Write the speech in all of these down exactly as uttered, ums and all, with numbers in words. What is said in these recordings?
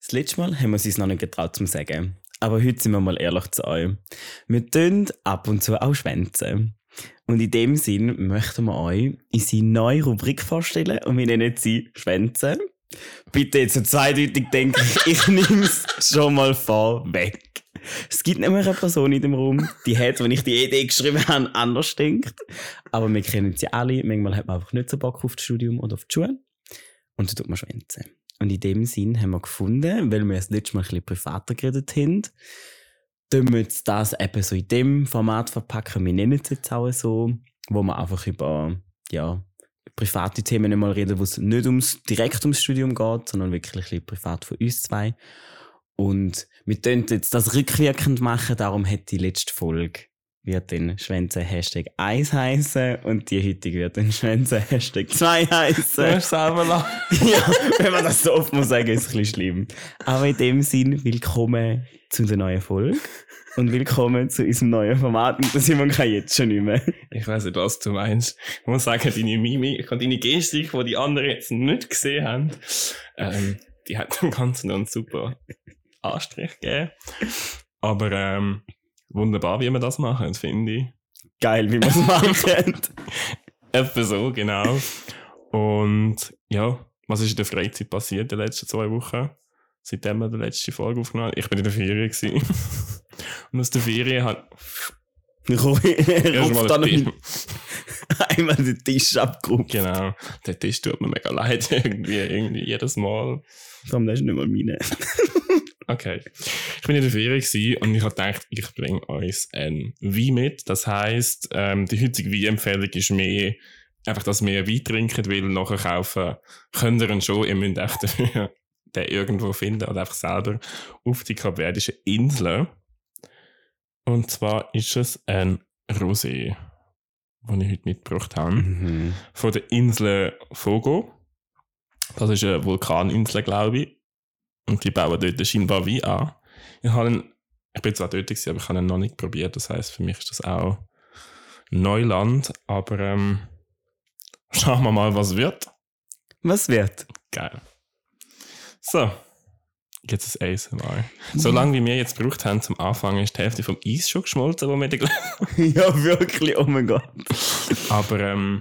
Das letzte Mal haben wir es uns noch nicht getraut zu sagen. Aber heute sind wir mal ehrlich zu euch. Wir tun ab und zu auch schwänzen. Und in dem Sinn möchten wir euch unsere neue Rubrik vorstellen und wir nennen sie Schwänzen. Bitte jetzt so zweideutig denke ich, ich nehme es schon mal vorweg. Es gibt nämlich eine Person in dem Raum, die hat, wenn ich die Idee geschrieben habe, anders denkt. Aber wir kennen sie alle. Manchmal hat man einfach nicht so Bock auf das Studium oder auf die Schule. Und dann tut man schwänzen. Und in dem Sinn haben wir gefunden, weil wir das letzte Mal ein bisschen privater geredet haben, tun wir jetzt das eben so in dem Format verpacken. Wir nennen es jetzt auch so, wo wir einfach über, ja, private Themen nicht mal reden, wo es nicht ums, direkt ums Studium geht, sondern wirklich ein bisschen privat von uns zwei. Und wir können jetzt das rückwirkend machen, darum hat die letzte Folge wird dann Schwänze Hashtag eins heissen und die heutige wird dann Schwänze Hashtag zwei heissen. Du hast selber lachen. Ja, wenn man das so oft muss sagen, ist es ein bisschen schlimm. Aber in dem Sinn, willkommen zu der neuen Folge und willkommen zu unserem neuen Format. Und das sind wir jetzt schon nicht mehr. Ich weiss nicht, was du meinst. Ich muss sagen, deine Mimik und deine Gestik, die die anderen jetzt nicht gesehen haben, ähm, die hat dem Ganzen noch einen super Anstrich gegeben. Aber ähm, wunderbar, wie wir das machen, finde ich. Geil, wie wir es machen. Etwa so, genau. Und ja, was ist in der Freizeit passiert in den letzten zwei Wochen? Seitdem wir die letzte Folge aufgenommen haben. Ich bin in der Ferien gewesen. Und aus der Ferien hat... Er ruft dann Tisch. einmal den Tisch abgerufen. Genau. Der Tisch tut mir mega leid, irgendwie, irgendwie jedes Mal. Komm, das ist nicht mal meine. Okay. Ich bin in der Ferien gewesen und ich habe gedacht, ich bringe euch ein Wein mit. Das heisst, ähm, die heutige Weinempfehlung ist mehr, einfach, dass wir Wein trinken, weil nachher kaufen könnt ihr ihn schon. Ihr müsst echt dafür den irgendwo finden oder einfach selber auf die Kapverdischen Inseln. Und zwar ist es ein Rosé, den ich heute mitgebracht habe. Mhm. Von der Insel Fogo. Das ist eine Vulkaninsel, glaube ich. Und die bauen dort scheinbar Wein an. Ich, habe ihn, ich bin zwar dort gewesen, aber ich habe ihn noch nicht probiert. Das heisst, für mich ist das auch Neuland. Aber ähm, schauen wir mal, was wird. Was wird? Geil. So, jetzt ein A S M R. So lange wie wir jetzt gebraucht haben zum Anfangen, ist die Hälfte vom Eis schon geschmolzen, wo wir da Ja, wirklich, oh mein Gott. Aber ähm,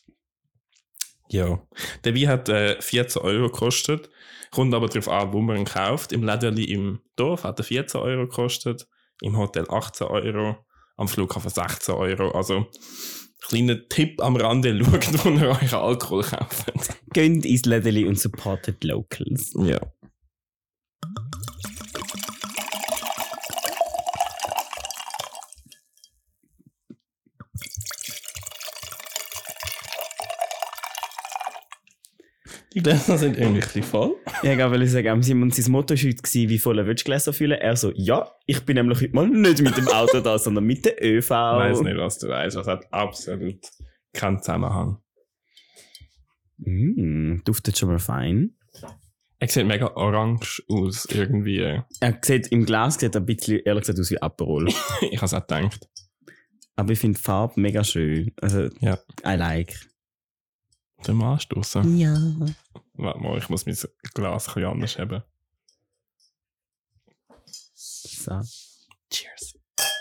ja, der Wein hat äh, vierzehn Euro gekostet. Kommt aber darauf an, wo man ihn kauft. Im Läderli im Dorf hat er vierzehn Euro gekostet, im Hotel achtzehn Euro, am Flughafen sechzehn Euro. Also, kleiner Tipp am Rande, schaut, wo ihr euch Alkohol kauft. Geht ins Läderli und supportet Locals. Ja. Die Gläser sind irgendwie ein bisschen voll. Ja, ich wollte sagen, Simon, sein Motto war heute, wie voll willst du Gläser füllen? Er so, ja, ich bin nämlich heute mal nicht mit dem Auto da, sondern mit der ÖV. Ich weiss nicht, was du weißt. Das hat absolut keinen Zusammenhang. Mm, duftet schon mal fein. Er sieht mega orange aus, irgendwie. Er sieht, im Glas sieht er ein bisschen, ehrlich gesagt, aus wie Aperol. Ich habe es auch gedacht. Aber ich finde die Farbe mega schön. Also, ja. I like. Den mal anstoßen. Ja. Warte mal, ich muss mein Glas ein bisschen anders haben. So. Cheers.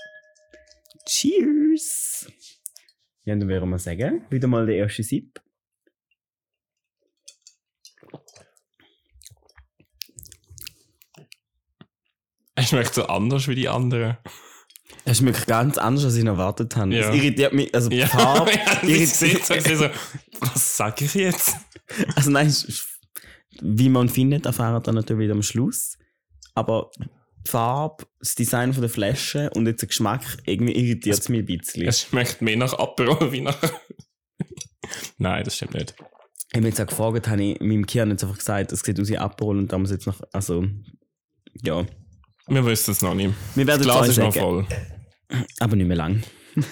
Cheers! Ja, dann würden wir sagen, wieder mal der erste Sip. Es schmeckt so anders wie die anderen. Es schmeckt ganz anders, als ich erwartet habe. Ja. Es irritiert mich, also die Ja, Farbe ja, irritiert so, so, was sag ich jetzt? Also nein, wie man findet, erfahren wir natürlich wieder am Schluss. Aber die Farbe, das Design von der Flasche und jetzt der Geschmack, irgendwie irritiert es mich ein bisschen. Es schmeckt mehr nach Aperol wie nach... Nein, das stimmt nicht. Ich habe mich jetzt auch gefragt, habe ich meinem Kern jetzt einfach gesagt, es sieht aus wie Aperol und da muss jetzt noch, also, ja. Wir wissen es noch nicht. Wir werden das Glas ist sagen. noch voll. Aber nicht mehr lang.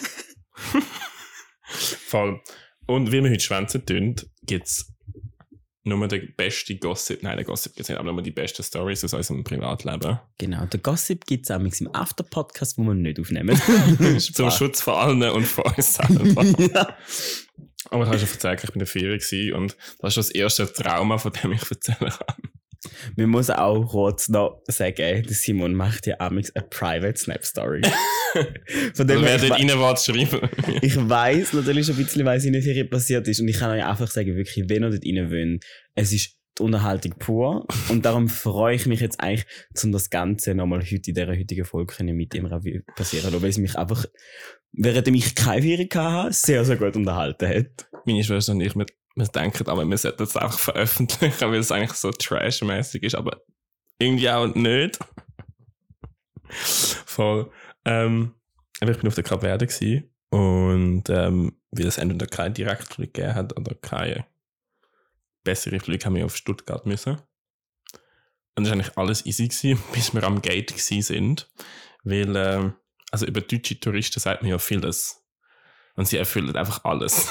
Voll. Und wie wir heute schwänzen tun, gibt es nur den besten Gossip, nein, den Gossip gibt es nicht, aber nur die besten Stories aus unserem Privatleben. Genau, den Gossip gibt es auch im After-Podcast, wo wir nicht aufnehmen. Zum Schutz von allen und von uns selber. Ja. Aber du hast ja erzählt, ich bin in der Ferien gewesen und das ist das erste Trauma, von dem ich erzählen kann. Man muss auch kurz noch sagen, der Simon macht ja amigs eine Private Snap Story. Von dem Also, wer her, ich, dort we- rein will, schreiben. ich weiss natürlich schon ein bisschen, was in der Serie passiert ist. Und ich kann euch einfach sagen, wirklich, wenn ihr dort rein wollt, es ist die Unterhaltung pur. Und darum freue ich mich jetzt eigentlich, um das Ganze nochmal heute in dieser heutigen Folge können mit ihm Revue passieren lassen, weil es mich einfach, während ich keine Ferien hatte, sehr, sehr gut unterhalten hat. Meine Schwester und ich, wir, wir denken, aber wir sollten es einfach veröffentlichen, weil es eigentlich so trashmäßig ist, aber irgendwie auch nicht. Voll. Ähm, aber ich bin auf der Kapverde gsi und ähm, weil es entweder keinen Direktflug gegeben hat oder keine bessere Flüge, haben wir auf Stuttgart müssen. Und das war eigentlich alles easy gewesen, bis wir am Gate gsi sind, weil ähm, also über deutsche Touristen sagt man ja vieles und sie erfüllen einfach alles.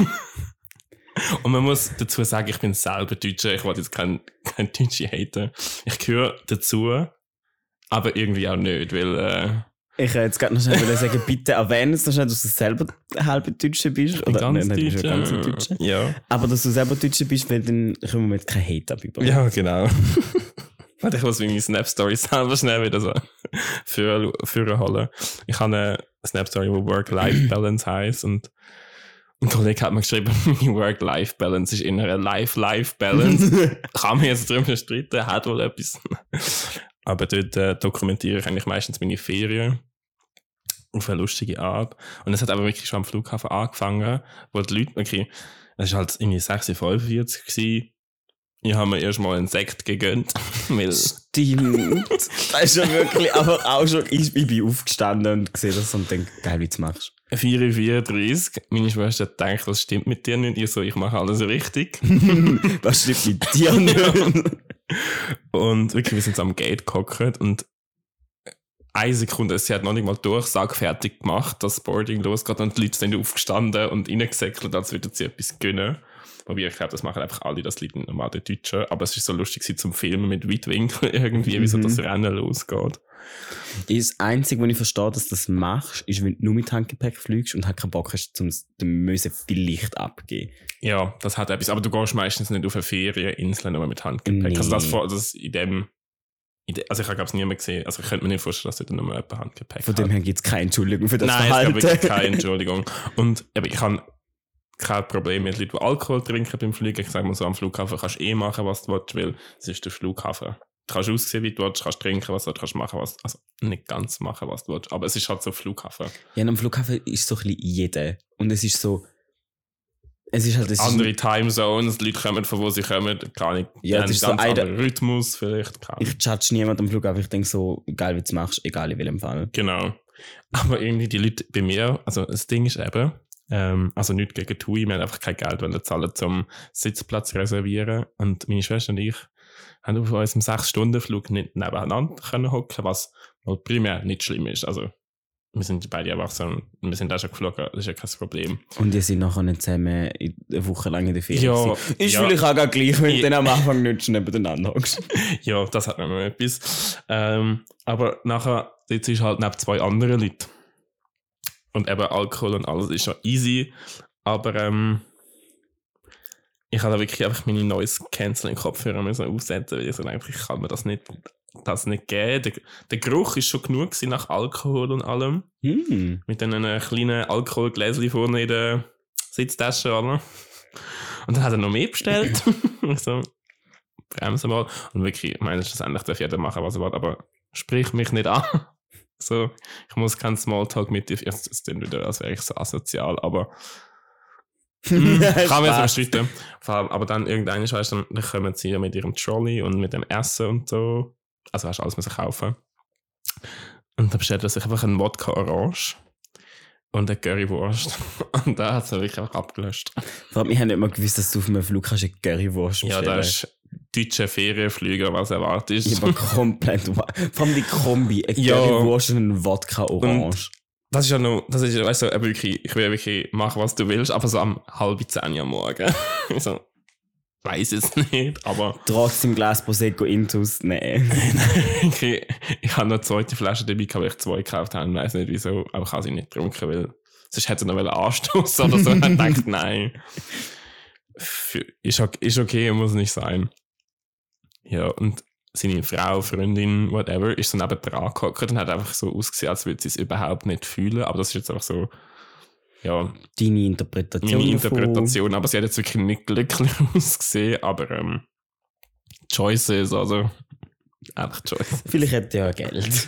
Und man muss dazu sagen, ich bin selber Deutscher, ich wollte jetzt kein, kein Deutsche haten. Ich gehöre dazu, aber irgendwie auch nicht, weil äh, Ich wollte jetzt gerade noch schnell sagen, bitte erwähne es noch schnell, dass du selber halber Deutscher bist. ich bin ganz nein, nein, du bist ja Deutscher. ganz Deutscher. Ja. Aber dass du selber Deutscher bist, weil dann können wir mit kein Hate abüber. Ja, genau. Warte, ich muss meine Snap-Story selber schnell wieder so für, für holen. Ich habe eine Snap-Story, die Work-Life-Balance heisst und ein Kollege hat mir geschrieben, meine Work-Life-Balance ist in einer Life-Life-Balance. Kann man jetzt darüber streiten, hat wohl etwas. Aber dort äh, dokumentiere ich eigentlich meistens meine Ferien auf eine lustige Art. Und es hat aber wirklich schon am Flughafen angefangen, wo die Leute, okay, es war halt irgendwie sechs Uhr fünfundvierzig gewesen. Ich habe mir erst mal einen Sekt gegönnt. Weil Stimmt. Das ist ja wirklich einfach auch schon, ich, ich bin aufgestanden und gesehen das und denke, geil, wie du es machst. vier Uhr vierunddreißig, meine Schwester denkt, was stimmt mit dir nicht? Ich so, ich mache alles richtig. Was stimmt mit dir nicht? Und wirklich, wir sind so am Gate gehockt und eine Sekunde, sie hat noch nicht mal Durchsage fertig gemacht, dass das Boarding losgeht und die Leute sind aufgestanden und reingesäckelt, als würden sie etwas gönnen. Wobei ich glaube, das machen einfach alle, das liegt normal der Deutschen. Aber es ist so lustig zum Filmen mit Weitwinkel irgendwie, wie so das Rennen losgeht. Das Einzige, was ich verstehe, dass du das machst, ist, wenn du nur mit Handgepäck fliegst und halt keinen Bock hast, zum den müssen vielleicht abgeben. Ja, das hat etwas. Aber du gehst meistens nicht auf eine Ferieninsel nur mit Handgepäck. Nee. Also das, vor- das in dem... in de- Also ich habe glaube es niemand gesehen. Also ich könnte mir nicht vorstellen, dass du da nur jemand Handgepäck Von dem hat. her gibt es keine Entschuldigung für das Nein, Verhalten. es gibt wirklich keine Entschuldigung. Und aber ich habe kein Problem mit Leuten, die Alkohol trinken beim Fliegen. Ich sage mal so, am Flughafen kannst du eh machen, was du willst, weil es ist der Flughafen. Du kannst aussehen, wie du willst, kannst trinken, was du willst, kannst machen, was also nicht ganz machen, was du willst, aber es ist halt so ein Flughafen. Ja, und am Flughafen ist so ein bisschen jeder. Und es ist so... Es ist halt... Es Andere ist, Timezones, die Leute kommen, von wo sie kommen, gar nicht. Ja, die das ist haben so einen ganz eine- anderen Rhythmus vielleicht. Keine Ahnung. ich judge niemanden am Flughafen. Ich denke so, egal wie du es machst, egal in welchem Fall. Genau. Aber irgendwie die Leute bei mir, also das Ding ist eben, ähm, also nicht gegen Tui, wir haben einfach kein Geld wollen zahlen, zum Sitzplatz reservieren. Und meine Schwester und ich haben auf unserem sechs Stunden Flug nicht nebeneinander können hocken, was mal primär nicht schlimm ist. Also wir sind beide erwachsen und wir sind auch schon geflogen, das ist ja kein Problem. Und ihr seid nachher nicht zusammen in- eine Woche lang in der Ferien. Ja, gewesen. Ist ja. vielleicht auch gar gleich, wenn du Ja. dann am Anfang nicht schon nebeneinander hockst. Ja, das hat noch mal etwas. Ähm, aber nachher, jetzt ist halt neben zwei anderen Leuten. Und eben Alkohol und alles ist schon easy. Aber ähm, ich habe da wirklich einfach meine Noise Canceling Kopfhörer müssen aufsetzen, weil ich so denke, ich kann mir das nicht, das nicht geben. Der, der Geruch ist schon genug gewesen nach Alkohol und allem. Hm. Mit diesen äh, kleinen Alkoholgläschen vorne in der Sitztasche. Oder? Und dann hat er noch mehr bestellt. Ich so, bremsen mal. Und wirklich, ich meine, schlussendlich darf jeder machen, was er will, aber sprich mich nicht an. So, ich muss keinen Smalltalk mit dir. Es ist wieder, als wäre ich so asozial, aber mm, kann man jetzt Spaß. streiten. Vor allem, aber dann irgendeine weißt du, dann kommen sie ja mit ihrem Trolley und mit dem Essen und so. Also hast du alles müssen kaufen. Und dann bestellt er sich einfach einen Wodka Orange und eine Currywurst. Und da hat es wirklich einfach abgelöscht. Vor allem, ich habe nicht mal gewusst, dass du auf einem Flug kannst eine Currywurst Ja, bestellen. da ist deutscher Ferienflüger, was erwartest. Ich war komplett... wa- Vor allem die Kombi. Eine Ja. Currywurst und ein Wodka Orange. Das ist ja noch, das ist, weißt du, so, wirklich, ich will wirklich machen, was du willst, aber so am halb zehn am Morgen. so, weiss es nicht, aber Trotzdem Glas Prosecco Intus. Nein. ich, ich habe noch eine zweite Flasche dabei, gehabt, weil ich zwei gekauft habe, weiss nicht wieso, aber ich habe sie nicht getrunken, weil sonst hätte er noch anstoßen oder so. Und dann denkt, nein, Für, ist, okay, ist okay, muss nicht sein. Ja, und seine Frau, Freundin, whatever, ist so neben dran gehockt und hat einfach so ausgesehen, als würde sie es überhaupt nicht fühlen. Aber das ist jetzt einfach so, ja. Deine Interpretation. Meine Interpretation. Davon. Aber sie hat jetzt wirklich nicht glücklich ausgesehen. Aber ähm, Choices, also einfach Choices. Vielleicht hat er ja Geld.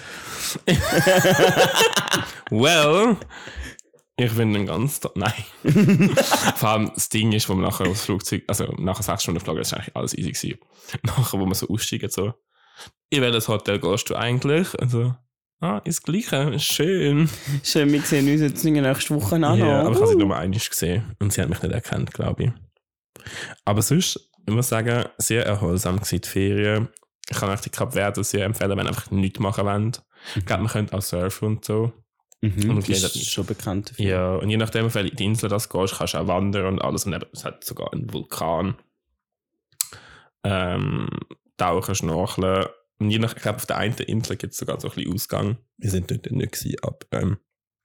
Well, ich bin den ganzen Tag. Nein. Vor allem das Ding ist, wo wir nachher aufs Flugzeug, also nachher sechs Stunden geflogen, das war eigentlich alles easy gewesen. Nachher, wo wir so aussteigen, so, in welches Hotel gehst du eigentlich? Also, ah, ist das Gleiche, ist schön. Schön, wir sehen uns jetzt nächste Woche an. Ja, aber ich habe sie nur einmal gesehen und sie hat mich nicht erkannt, glaube ich. Aber sonst, ich muss sagen, sehr erholsam gewesen, die Ferien. Ich kann euch die Kap Verde sehr empfehlen, wenn ihr einfach nichts machen wollt. Ich glaube, man könnte auch surfen und so. Mhm, und das ist schon bekannt dafür. Ja, und je nachdem, auf welche Insel das gehst, kannst du auch wandern und alles. Und eben, es hat sogar einen Vulkan. Ähm, tauchen, schnorcheln. Und je nach, ich glaube, auf der einen Insel gibt es sogar so ein bisschen Ausgang. Wir sind dort nicht gewesen, aber ähm,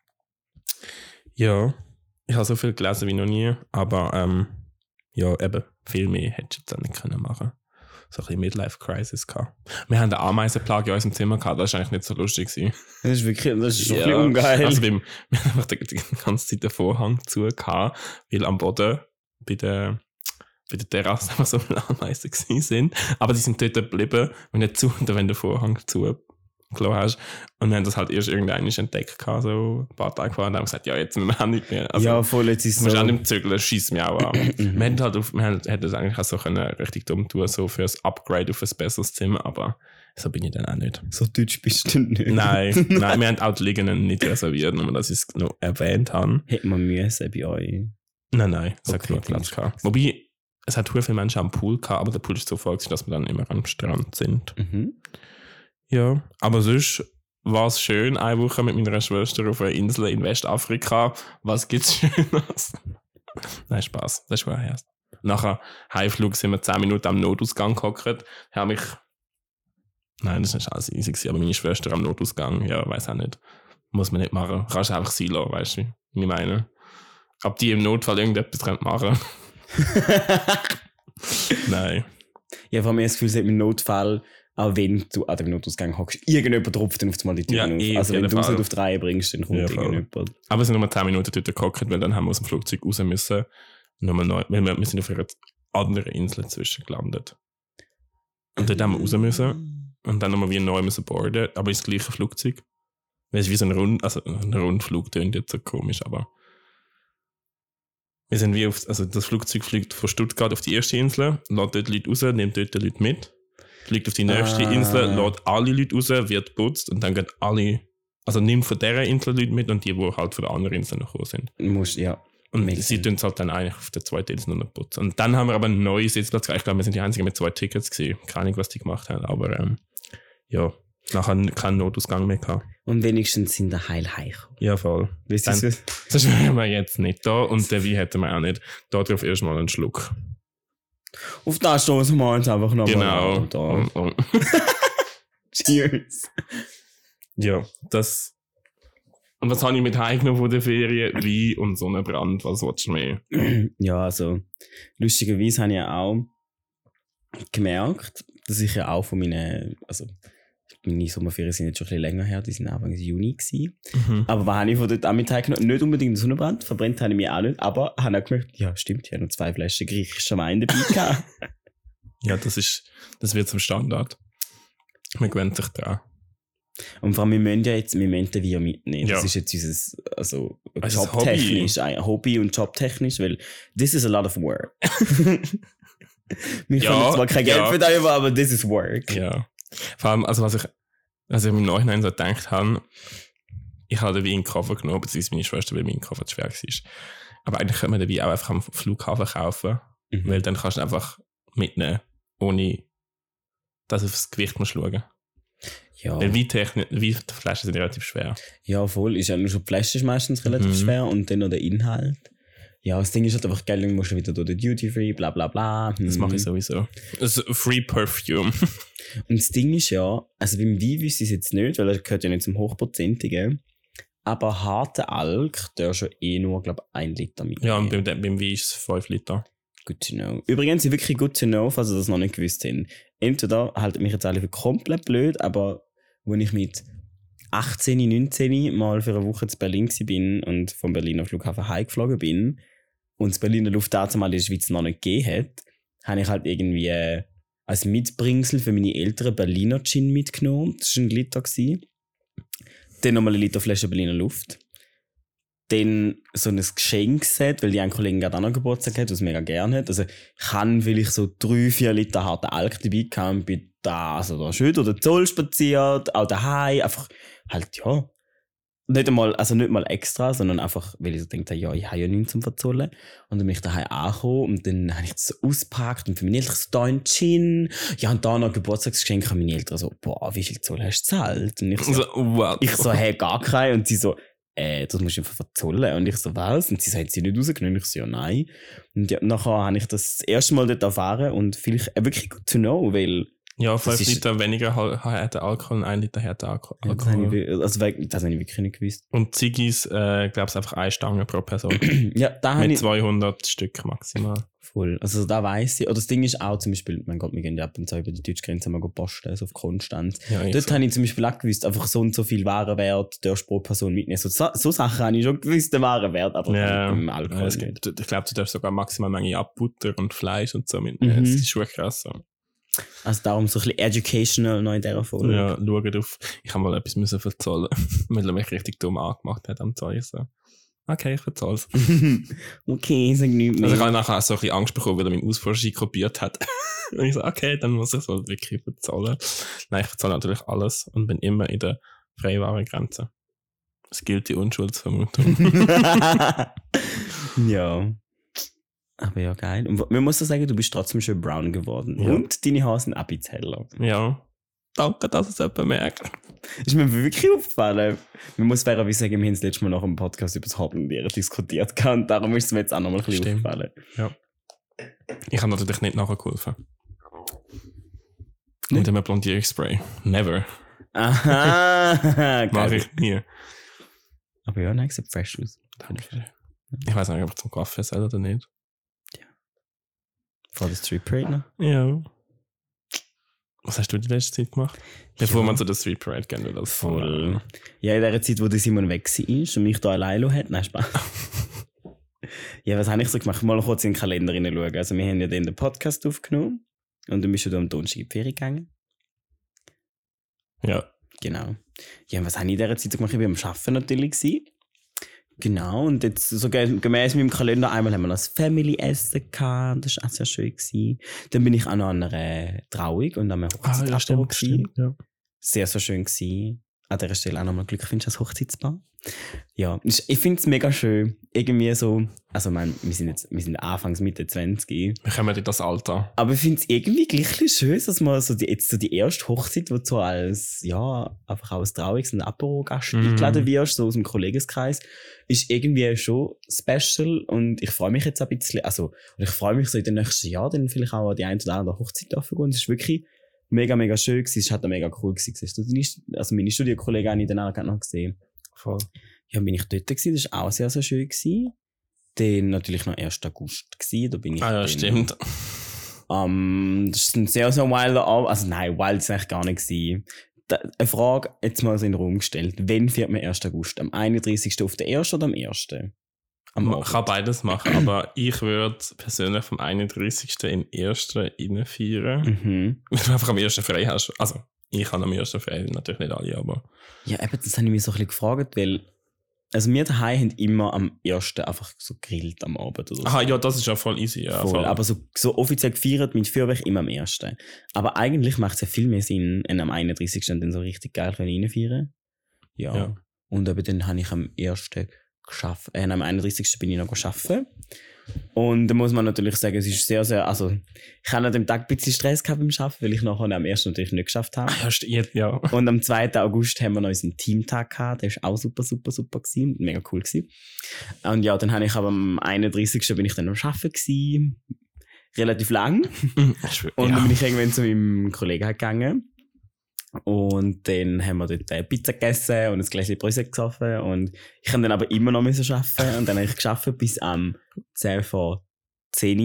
ja, ich habe so viel gelesen wie noch nie, aber ähm, ja, eben, viel mehr hätte ich jetzt auch nicht können machen. So ein bisschen Midlife-Crisis gehabt. Wir haben eine Ameisenplage in unserem Zimmer gehabt, das war eigentlich nicht so lustig gewesen. Das ist wirklich, das ist schon Ja, ein bisschen ungeil. Also beim, wir haben einfach die, die ganze Zeit den Vorhang zu gehabt, weil am Boden bei der, bei der Terrasse einfach so viele Ameisen gewesen sind. Aber die sind dort geblieben, wenn du zu, wenn du den Vorhang zu gelassen hast. Und wir haben das halt erst irgendwann entdeckt gehabt, so ein paar Tage vorher, und haben gesagt, ja, jetzt müssen wir auch nicht mehr. Also, ja, voll, jetzt ist es so. Du musst so. auch nicht zügeln, schießt mich auch an. wir hätten halt auf, wir hätten das eigentlich auch so können, richtig dumm tun, so für das Upgrade auf ein besseres Zimmer, aber so bin ich dann auch nicht. So deutsch bist du nicht. Nein, nein, wir haben auch die Liegenden nicht reserviert, nur dass ich es noch erwähnt habe. Hätte man müssen bei euch. Nein, nein, es hat Okay, genug Platz gehabt. Wobei, es hat viele Menschen am Pool gehabt, aber der Pool ist so voll, dass wir dann immer am Strand sind. Mhm. Ja, aber sonst war es schön, eine Woche mit meiner Schwester auf einer Insel in Westafrika. Was gibt's Schönes? Nein, Spaß, das war erst. Nachher Heimflug sind wir zehn Minuten am Notausgang gehockt. Habe mich. Nein, das ist nicht alles easy gewesen, aber meine Schwester am Notausgang, ja, weiß auch nicht. Muss man nicht machen. Kannst du einfach sein lassen, weißt du, wie ich meine. Ob die im Notfall irgendetwas machen Nein. Ja, von mir das Gefühl, sie hat im Notfall, auch wenn du an dem Notausgang hockst, irgendjemand tropft dann auf einmal die Tür Ja, auf. eh, Also auf wenn jeden du es Fall. nicht auf die Reihe bringst, dann kommt Ja, voll. irgendjemand. Aber wir sind nur zehn Minuten dort gehockt, weil dann haben wir aus dem Flugzeug raus müssen. Nochmal neu, weil wir, wir sind auf einer anderen Insel zwischen gelandet. Und dort haben wir raus müssen. Und dann nochmal wie neu müssen boarden, aber ins gleiche Flugzeug. Weil es wie so ein Rund, also ein Rundflug tönt jetzt so komisch, aber wir sind wie auf, also das Flugzeug fliegt von Stuttgart auf die erste Insel, lädt dort Leute raus, nimmt dort die Leute mit, fliegt auf die nächste Ah. Insel, lädt alle Leute raus, wird putzt und dann gehen alle, also nimmt von dieser Insel Leute mit und die, die halt von der anderen Insel noch gekommen sind. Du musst, ja. Und Makes sie sense. tun es halt dann eigentlich auf der zweiten Insel noch putzen. Und dann haben wir aber einen neuen Sitzplatz gehabt. Ich glaube, wir sind die Einzigen mit zwei Tickets gewesen. Keine Ahnung, was die gemacht haben, aber ähm, ja, nachher keinen Notausgang mehr gehabt. Und wenigstens sind der Heil heich. Ja, voll. Weißt du, Dann- was- Das wären wir jetzt nicht da und den Wein hätten wir auch nicht. Da drauf erstmal einen Schluck. auf das stoßen wir uns einfach nochmal Genau. Da. Und, und, Cheers. ja, das. Und was habe ich mit heimgenommen von der Ferien? Wein und Sonnenbrand. Was willst du mehr? Ja, also, lustigerweise habe ich ja auch gemerkt, dass ich ja auch von meinen, also, meine Sommerferien sind jetzt schon ein bisschen länger her, die sind Anfang Juni gewesen. Mhm. Aber was habe ich von dort auch mit heimgenommen? Nicht unbedingt den Sonnenbrand, verbrennt habe ich mich auch nicht, aber habe auch gemerkt, ja, stimmt, ich habe noch zwei Flaschen griechischer Wein dabei gehabt. Ja, das ist, das wird zum Standard. Man gewöhnt sich dran. Und vor allem, wir müssen ja jetzt, wir müssen den Wein mitnehmen. Ja. Das ist jetzt unser, also, Also jobtechnisch, ein Hobby und jobtechnisch, weil this is a lot of work. Wir Ja, können zwar kein Geld ja. für das, aber this is work. Ja. Vor allem, also was ich, was ich im Nachhinein so gedacht habe, ich habe den Wein in den Koffer genommen, beziehungsweise meine Schwester, weil mein Koffer zu schwer war. Aber eigentlich könnte man den Wein auch einfach am Flughafen kaufen, Mhm. weil dann kannst du ihn einfach mitnehmen, ohne dass du aufs Gewicht musst schauen. Ja. Weil Weintechni- Weinflaschen sind relativ schwer. Ja, voll. Ist ja nur schon die Flasche ist meistens relativ Mhm. schwer und dann noch der Inhalt. Ja, das Ding ist halt einfach geil, dann musst du wieder durch den Duty Free, bla bla bla. Das Mhm. mache ich sowieso. Also Free Perfume. Und das Ding ist ja, also beim Wein wüsste ich es jetzt nicht, weil er gehört ja nicht zum Hochprozentigen. Aber harter Alk, der schon eh nur, glaube ich, ein Liter mit. Ja, und beim, beim Wein ist es fünf Liter. Good to know. Übrigens, wirklich good to know, falls ihr das noch nicht gewusst habt. Entweder halten mich jetzt alle für komplett blöd, aber als ich mit achtzehn, neunzehn mal für eine Woche zu Berlin war und vom Berliner Flughafen heimgeflogen bin und das Berliner Luft dazu mal in der Schweiz noch nicht gegeben hat, habe ich halt irgendwie äh, als Mitbringsel für meine Eltern Berliner Gin mitgenommen. Das war ein Liter. Dann nochmal eine Liter Flasche Berliner Luft. Dann so ein Geschenkset, weil die einen Kollegen gerade auch noch Geburtstag hat, was mega gerne hat. Also ich habe vielleicht so drei, vier Liter harten Alk dabei gehabt und bin da, also da schön oder Zoll spaziert, auch daheim, einfach halt, ja. Nicht einmal, also nicht mal extra, sondern einfach, weil ich so dachte, ja, ich habe ja nichts zum Verzollen. Und dann bin ich daheim angekommen und dann habe ich das so ausgepackt und für meine Eltern so, da ein Gin. Ja, und da noch ein Geburtstagsgeschenk an meine Eltern so, boah, wie viel Zoll hast du gezahlt? Und ich so, So, what? ich so, hey, gar kein. Und sie so, äh, das musst du einfach verzollen. Und ich so, was? Und sie sagt, sie nicht rausgenommen. Ich so, ja, nein. Und ja, nachher habe ich das, das erste Mal dort erfahren und vielleicht äh, wirklich good to know, weil Ja, fünf ist- Liter weniger harter Alkohol und ein Liter harter Alko- ja, das, habe Alkohol. ich, also, weil- das habe ich wirklich nicht gewusst. Und Ziggis, äh, glaube ich, einfach eine Stange pro Person. Ja, da habe Mit ich zweihundert Stück maximal. voll. Also da weiss ich. Oder das Ding ist auch zum Beispiel, mein Gott, wir gehen ja ab und zu über die deutsche Grenze mal posten, also auf Konstanz. Ja, ich Dort so. habe ich zum Beispiel auch gewusst, einfach so und so viel Warenwert darfst du pro Person mitnehmen. So, so, so Sachen habe ich schon gewusst, den Warenwert, aber Ja, mit dem Alkohol ja, es nicht. gibt, ich glaube, du darfst sogar maximal Menge ab Butter und Fleisch und so mitnehmen. Mhm. Das ist schon krass. So. Also darum so ein bisschen educational noch in dieser Folge. Ja, schaut auf. Ich habe mal etwas müssen verzollen, weil er mich richtig dumm angemacht hat am Zeug. So. Okay, ich verzahle es. Okay, sag nichts mehr. Also ich habe nachher auch so ein bisschen Angst bekommen, weil er meinen Ausfuhrschein kopiert hat. Und ich so, okay, dann muss ich es halt wirklich verzahlen. Nein, ich verzahle natürlich alles und bin immer in der Freiwarengrenze. Es gilt die Unschuldsvermutung. Ja. Aber ja, geil. Und man muss so sagen, du bist trotzdem schön brown geworden. Ja. Und deine Haare sind ein bisschen heller. Ja. Danke, dass es jemand merkt. Ist mir wirklich aufgefallen. Man muss fairerweise sagen, wir haben das letzte Mal nach dem Podcast über das Hobblondieren diskutiert gehabt, und darum ist es mir jetzt auch noch mal ein bisschen Stimmt. aufgefallen. Ja. Ich habe natürlich nicht nachgeholfen. Nicht? Mit einem Blondierungsspray. Never. Aha! Mache Geil. ich nie. Aber ja, nein, sieht fresh aus. Ich weiß nicht, ob ich zum Kaffee soll oder nicht. Vor der Street Parade noch. Ja. Was hast du die letzte Zeit gemacht? Bevor Ja. man zu der Street Parade gehen will. Als Voll. Ja, in der Zeit, wo der Simon weg war und mich da allein gelassen hat. Nein, Spaß. Ja, was habe ich so gemacht? Mal kurz in den Kalender hineinschauen. Also wir haben ja dann den Podcast aufgenommen und dann bist du da am Donnerstag in die Ferien gegangen. Ja. Genau. Ja, und was habe ich in dieser Zeit so gemacht? Ich war am Arbeiten natürlich. Gewesen. Genau, und jetzt so ge- gemäß meinem Kalender, einmal haben wir noch das Family-Essen gehabt, das war auch sehr schön. Gewesen. Dann bin ich auch noch an einer Trauung und an einem Hochzeitsapero gewesen. Ja. Sehr, sehr schön gewesen. An dieser Stelle auch nochmal Glückwünsche als Hochzeitspaar. Ja, ich ich finde es mega schön. Irgendwie so, also ich meine, wir sind jetzt, wir sind anfangs Mitte zwanzig. Wir kommen in das Alter. Aber ich finde es irgendwie gleich ein bisschen schön, dass man so die, jetzt so die erste Hochzeit, wo du so als, ja, einfach auch als Trauungs- und Apero-Gast Mhm. eingeladen wirst, so aus dem Kollegenkreis, ist irgendwie schon special und ich freue mich jetzt ein bisschen, also, und ich freue mich so in den nächsten Jahren dann vielleicht auch an die ein oder andere Hochzeit dürfen gehen. Es ist wirklich mega, mega schön gewesen. Es hat auch mega cool gewesen. Siehst du deine- Also meine Studienkollegen habe ich dann auch gerade noch gesehen. Voll. Ja, bin ich dort gewesen, das war auch sehr, sehr schön gewesen. Dann natürlich noch ersten August gewesen, da bin ich Ah ja, dann- stimmt. Ähm, das ist ein sehr, sehr wilder Abend. Also nein, wild ist eigentlich gar nicht gewesen. Da, eine Frage jetzt mal so in den Raum gestellt. Wann fährt man ersten August? Am einunddreißigsten auf den ersten oder am ersten? Am Man Abend? kann beides machen, aber ich würde persönlich vom einunddreißigsten in den ersten rein feiern. Mhm. Weil du einfach am ersten frei hast. Also, ich habe am ersten frei, natürlich nicht alle, aber. Ja, eben, das habe ich mich so ein bisschen gefragt, weil also wir daheim haben immer am ersten einfach so gegrillt am Abend oder so. Aha, ja, das ist ja voll easy. Ja, Voll, aber so, so offiziell gefeiert mit Feuerwerk immer am ersten. Aber eigentlich macht es ja viel mehr Sinn, wenn am einunddreißigsten dann so richtig geil reinfeiern. Ja. Ja. Und eben dann habe ich am ersten geschafft, äh, am einunddreißigsten bin ich noch arbeiten. Und da muss man natürlich sagen, es ist sehr, sehr, also ich habe an dem Tag ein bisschen Stress gehabt beim Arbeiten, weil ich nachher am ersten natürlich nicht geschafft habe. Ah, ja, st- ja. Und am zweiten August haben wir noch unseren Teamtag gehabt. Der war auch super, super, super gewesen. Mega cool gewesen. Und ja, dann habe ich aber am einunddreißigsten bin ich dann am Arbeiten gewesen. Relativ lang. Und ja. dann bin ich irgendwann zu meinem Kollegen gegangen. Und dann haben wir dort äh, Pizza gegessen und ein Gläschen Brösel gesoffen. Und ich habe dann aber immer noch müssen arbeiten. Und dann habe ich gearbeitet bis am zehn vor zehn.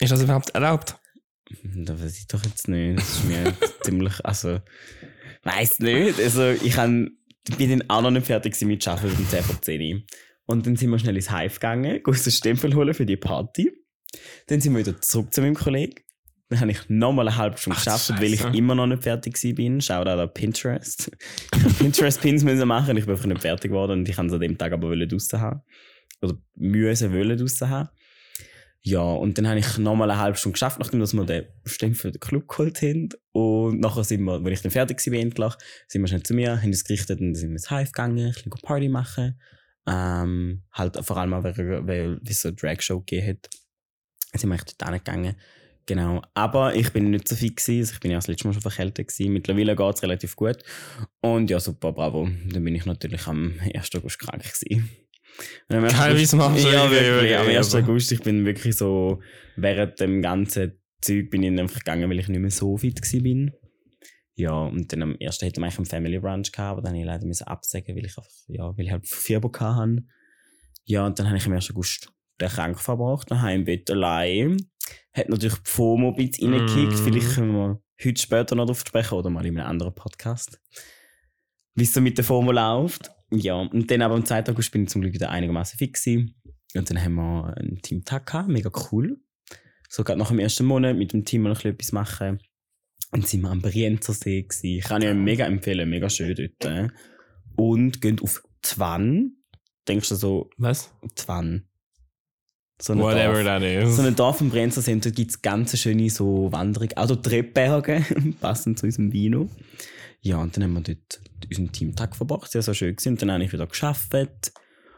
Ist das überhaupt erlaubt? Das weiß ich doch jetzt nicht. Das ist mir ziemlich, also, weiss nicht. Also, ich han, bin dann auch noch nicht fertig mit Arbeiten um zehn vor zehn. Und dann sind wir schnell ins Hive gegangen, uns den Stempel holen für die Party. Dann sind wir wieder zurück zu meinem Kollegen. Dann habe ich nochmal eine halbe Stunde geschafft, weil ich immer noch nicht fertig bin. Schau da an Pinterest. Ich musste Pinterest-Pins machen, ich bin einfach nicht fertig geworden und ich kann es an dem Tag aber draussen haben. Oder müssen wollen draussen haben. Ja, und dann habe ich nochmal eine halbe Stunde geschafft, nachdem wir den Stempel für den Club geholt haben. Und nachher sind wir, wenn ich dann fertig war, endlich, sind wir schnell zu mir, haben uns gerichtet und dann sind wir ins Hive gegangen, ein bisschen Party machen. Ähm, halt vor allem auch, weil, weil es so eine Drag-Show gegeben hat. Dann sind wir echt dort hingegangen. Genau. Aber ich bin nicht so fit gewesen. Also ich bin ja das letzte Mal schon verkältet gewesen. Mittlerweile geht es relativ gut. Und ja, super, bravo. Dann bin ich natürlich am ersten August krank gewesen. Teilweise machst du ja, wirklich. Am ersten August, ich bin wirklich so, während dem ganzen Zeug bin ich einfach gegangen, weil ich nicht mehr so fit gewesen bin. Ja, und dann am ersten hätte ich eigentlich einen Family Brunch gehabt, aber dann musste ich leider müssen absagen, weil ich einfach, ja, weil ich halt Fieber hatte. Ja, und dann habe ich am ersten August den krank verbracht, dann habe ich im Bett allein. Hat natürlich die FOMO ein bisschen reingekickt. Mm. Vielleicht können wir heute später noch drauf sprechen oder mal in einem anderen Podcast. Wie es so mit der FOMO läuft. Ja, und dann aber am zweiten August bin ich zum Glück wieder einigermaßen fit gewesen. Und dann haben wir einen Teamtag gehabt, mega cool. So gerade nach dem ersten Monat mit dem Team noch ein bisschen etwas machen. Und sind wir am Brienzersee gewesen. Ich kann euch mega empfehlen, mega schön dort. Und gehen auf Twann. Denkst du so? Was? Twann. So Whatever Dorf, that is. So ein Dorf im Brienzersee, dort gibt es ganz schöne so Wanderungen, also Treppberge, passend zu unserem Vino. Ja, und dann haben wir dort unseren Teamtag verbracht, sehr, sehr schön gewesen. Und dann habe ich wieder gearbeitet.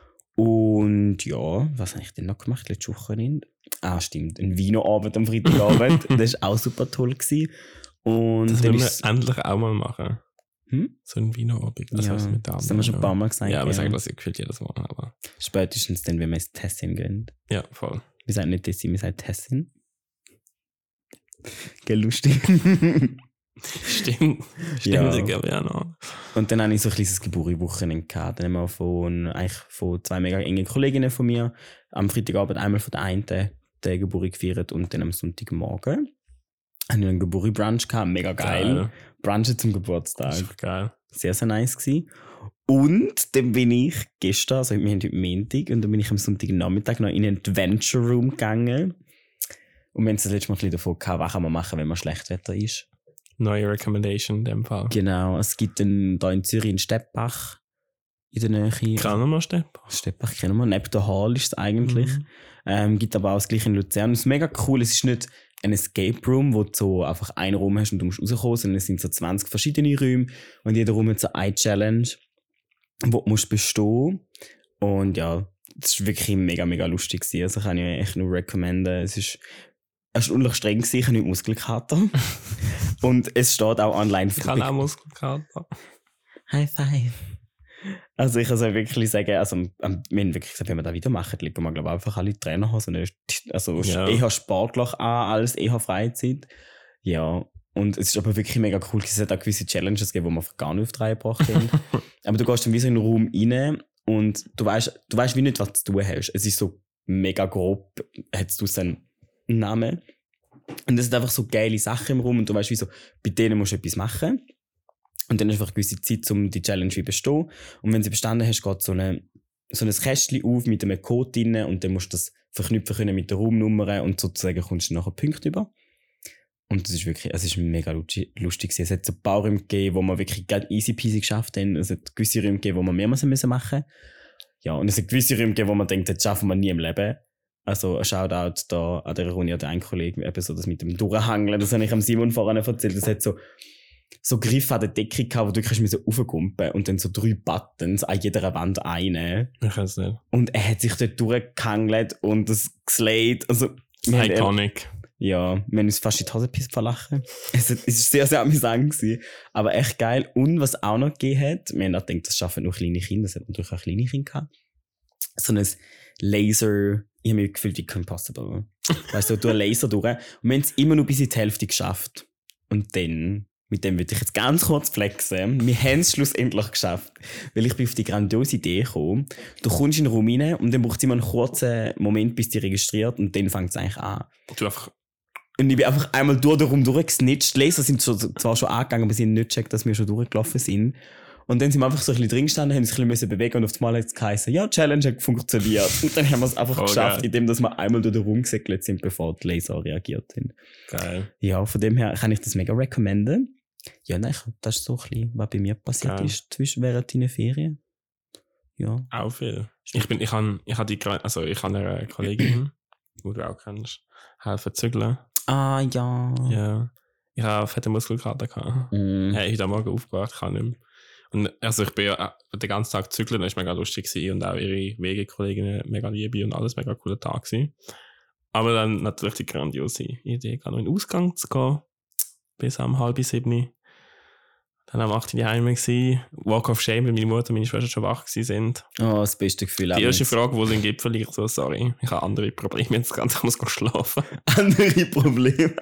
Und ja, was habe ich denn noch gemacht letzte Woche? Ah, stimmt, ein Vino-Abend am Freitagabend. Das war auch super toll gewesen. Und das dann wollen wir ist endlich auch mal machen. Hm? So ein Vino-Abend. Das, ja, mit das haben wir schon ein paar Mal gesagt. Ja, aber ja. sagen das gefühlt jedes Mal. Aber spätestens dann, wenn wir ins Tessin gehen. Ja, voll. Wir sagen nicht Tessin, wir sagen Tessin. Gell, lustig. Stimmt. Stimmt, ja. Ich glaube ja noch. Und dann hatte ich so ein kleines Geburtstagswochenende gehabt. Dann haben wir von, eigentlich von zwei mega engen Kolleginnen von mir am Freitagabend einmal von der einen den Geburtstag gefeiert und dann am Sonntagmorgen habe ich einen Geburtstagsbrunch gehabt. Mega geil. geil. Brunchen zum Geburtstag. Das ist geil. Sehr, sehr nice gewesen. Und dann bin ich gestern, also wir haben heute Montag, und dann bin ich am Sonntagnachmittag noch in einen Adventure Room gegangen. Und wir haben das letzte Mal ein bisschen davon gehabt, was kann man machen, wenn man Schlechtwetter ist. Neue Recommendation in dem Fall. Genau, es gibt dann hier in Zürich in Steppach in der Nähe. Kennen wir Steppach? Steppach kennen wir, neben der Hall ist es eigentlich. Mhm. Ähm, gibt aber auch das gleiche in Luzern. Es ist mega cool, es ist nicht ein Escape Room, wo du so einfach einen Raum hast und du musst rauskommen, sondern es sind so zwanzig verschiedene Räume und jeder Raum hat so eine Challenge, wo du musst bestehen. Und ja, das war wirklich mega, mega lustig gewesen. Also kann ich echt nur recommenden. Es ist erstaunlich streng gewesen, ich habe nicht Muskelkater. Und es steht auch online. Ich habe auch Muskelkater. High five. Also ich kann also wirklich sagen, also wir haben wirklich gesagt, wenn wir das wieder machen, legen wir glaube ich einfach alle Trainerhosen, also ja. eher sportlich an als eher Freizeit. Ja, und es ist aber wirklich mega cool, es hat auch gewisse Challenges gegeben, die wir gar nicht auf drei gebracht haben. Aber du gehst dann wie so in einen Raum rein und du weißt, du weißt wie nicht, was du tun hast. Es ist so mega grob, hättest du seinen Namen. Und es sind einfach so geile Sachen im Raum und du weißt wie so, bei denen musst du etwas machen. Und dann hast du einfach eine gewisse Zeit, um die Challenge zu bestehen. Und wenn sie bestanden hast, geht so, eine, so ein Kästchen auf mit einem Code drin und dann musst du das verknüpfen können mit der Raumnummer und sozusagen kommst du nachher Punkte über. Und das ist wirklich, es ist mega lustig. Es hat so ein paar Räume gegeben, wo wir wirklich easy peasy geschafft haben. Es hat gewisse Räume gegeben, wo wir mehrmals müssen machen. Ja, und es hat gewisse Räume gegeben, wo man denkt, das schaffen wir nie im Leben. Also ein Shoutout da an der Runde an den einen Kollegen, eben so das mit dem Durchhangeln, das habe ich am Simon vorhin erzählt. Das hat so so Griff an der Decke gehabt, wo du kannst so raufkumpen und dann so drei Buttons an jeder Wand einnehmen. Ich weiß nicht. Und er hat sich dort durchgehangelt und das geslayed. Also, iconic. Ja, wir haben uns fast in die Hose verlachen. Es war sehr, sehr amüsant gewesen. Aber echt geil. Und was auch noch gegeben hat, wir haben auch gedacht, das schaffen nur kleine Kinder, das hat natürlich auch kleine Kinder gehabt. So ein Laser, ich habe mich gefühlt wie Impossible. Weißt du, durch einen Laser durch. Und wir haben es immer nur bis in die Hälfte geschafft. Und dann mit dem würde ich jetzt ganz kurz flexen. Wir haben es schlussendlich geschafft, weil ich bin auf die grandiose Idee gekommen. Du kommst in den Raum rein und dann braucht es immer einen kurzen Moment, bis die registriert und dann fängt es eigentlich an. Du einfach... Und ich bin einfach einmal durch den Raum durchgesnitcht. Die Laser sind so, zwar schon angegangen, aber sie haben nicht gecheckt, dass wir schon durchgelaufen sind. Und dann sind wir einfach so ein bisschen drin gestanden, haben uns ein bisschen bewegen und auf einmal hat es geheißen, ja, Challenge hat funktioniert. Und dann haben wir es einfach oh, geschafft, geil. Indem dass wir einmal durch den Raum gesegelt sind, bevor die Laser reagiert haben. Geil. Ja, von dem her kann ich das mega recommenden. Ja, nein, das ist so ein bisschen, was bei mir passiert geil. Ist zwischen während deiner Ferien. Ja. Auch viel. Ich bin, ich habe, ich habe die, also ich habe eine Kollegin, die du auch kennst, helfen zügeln. Ah, ja. Ja. Ich habe fette Muskelkater gehabt. Mm. Hey, heute Morgen aufgewacht, ich kann nicht mehr. Und also ich bin ja den ganzen Tag zügeln, das war mega lustig gewesen und auch ihre Wegekolleginnen mega liebe und alles mega cooler Tag gewesen. Aber dann natürlich die grandiose Idee, noch in den Ausgang zu gehen, bis um halb sieben. Dann am acht Uhr daheim gewesen, Walk of Shame, weil meine Mutter und meine Schwester schon wach gewesen sind. Oh, das beste Gefühl. Die erste Frage, wo sind Gipfel? Ich so, sorry, ich habe andere Probleme jetzt ganz, ich muss schlafen. Andere Probleme?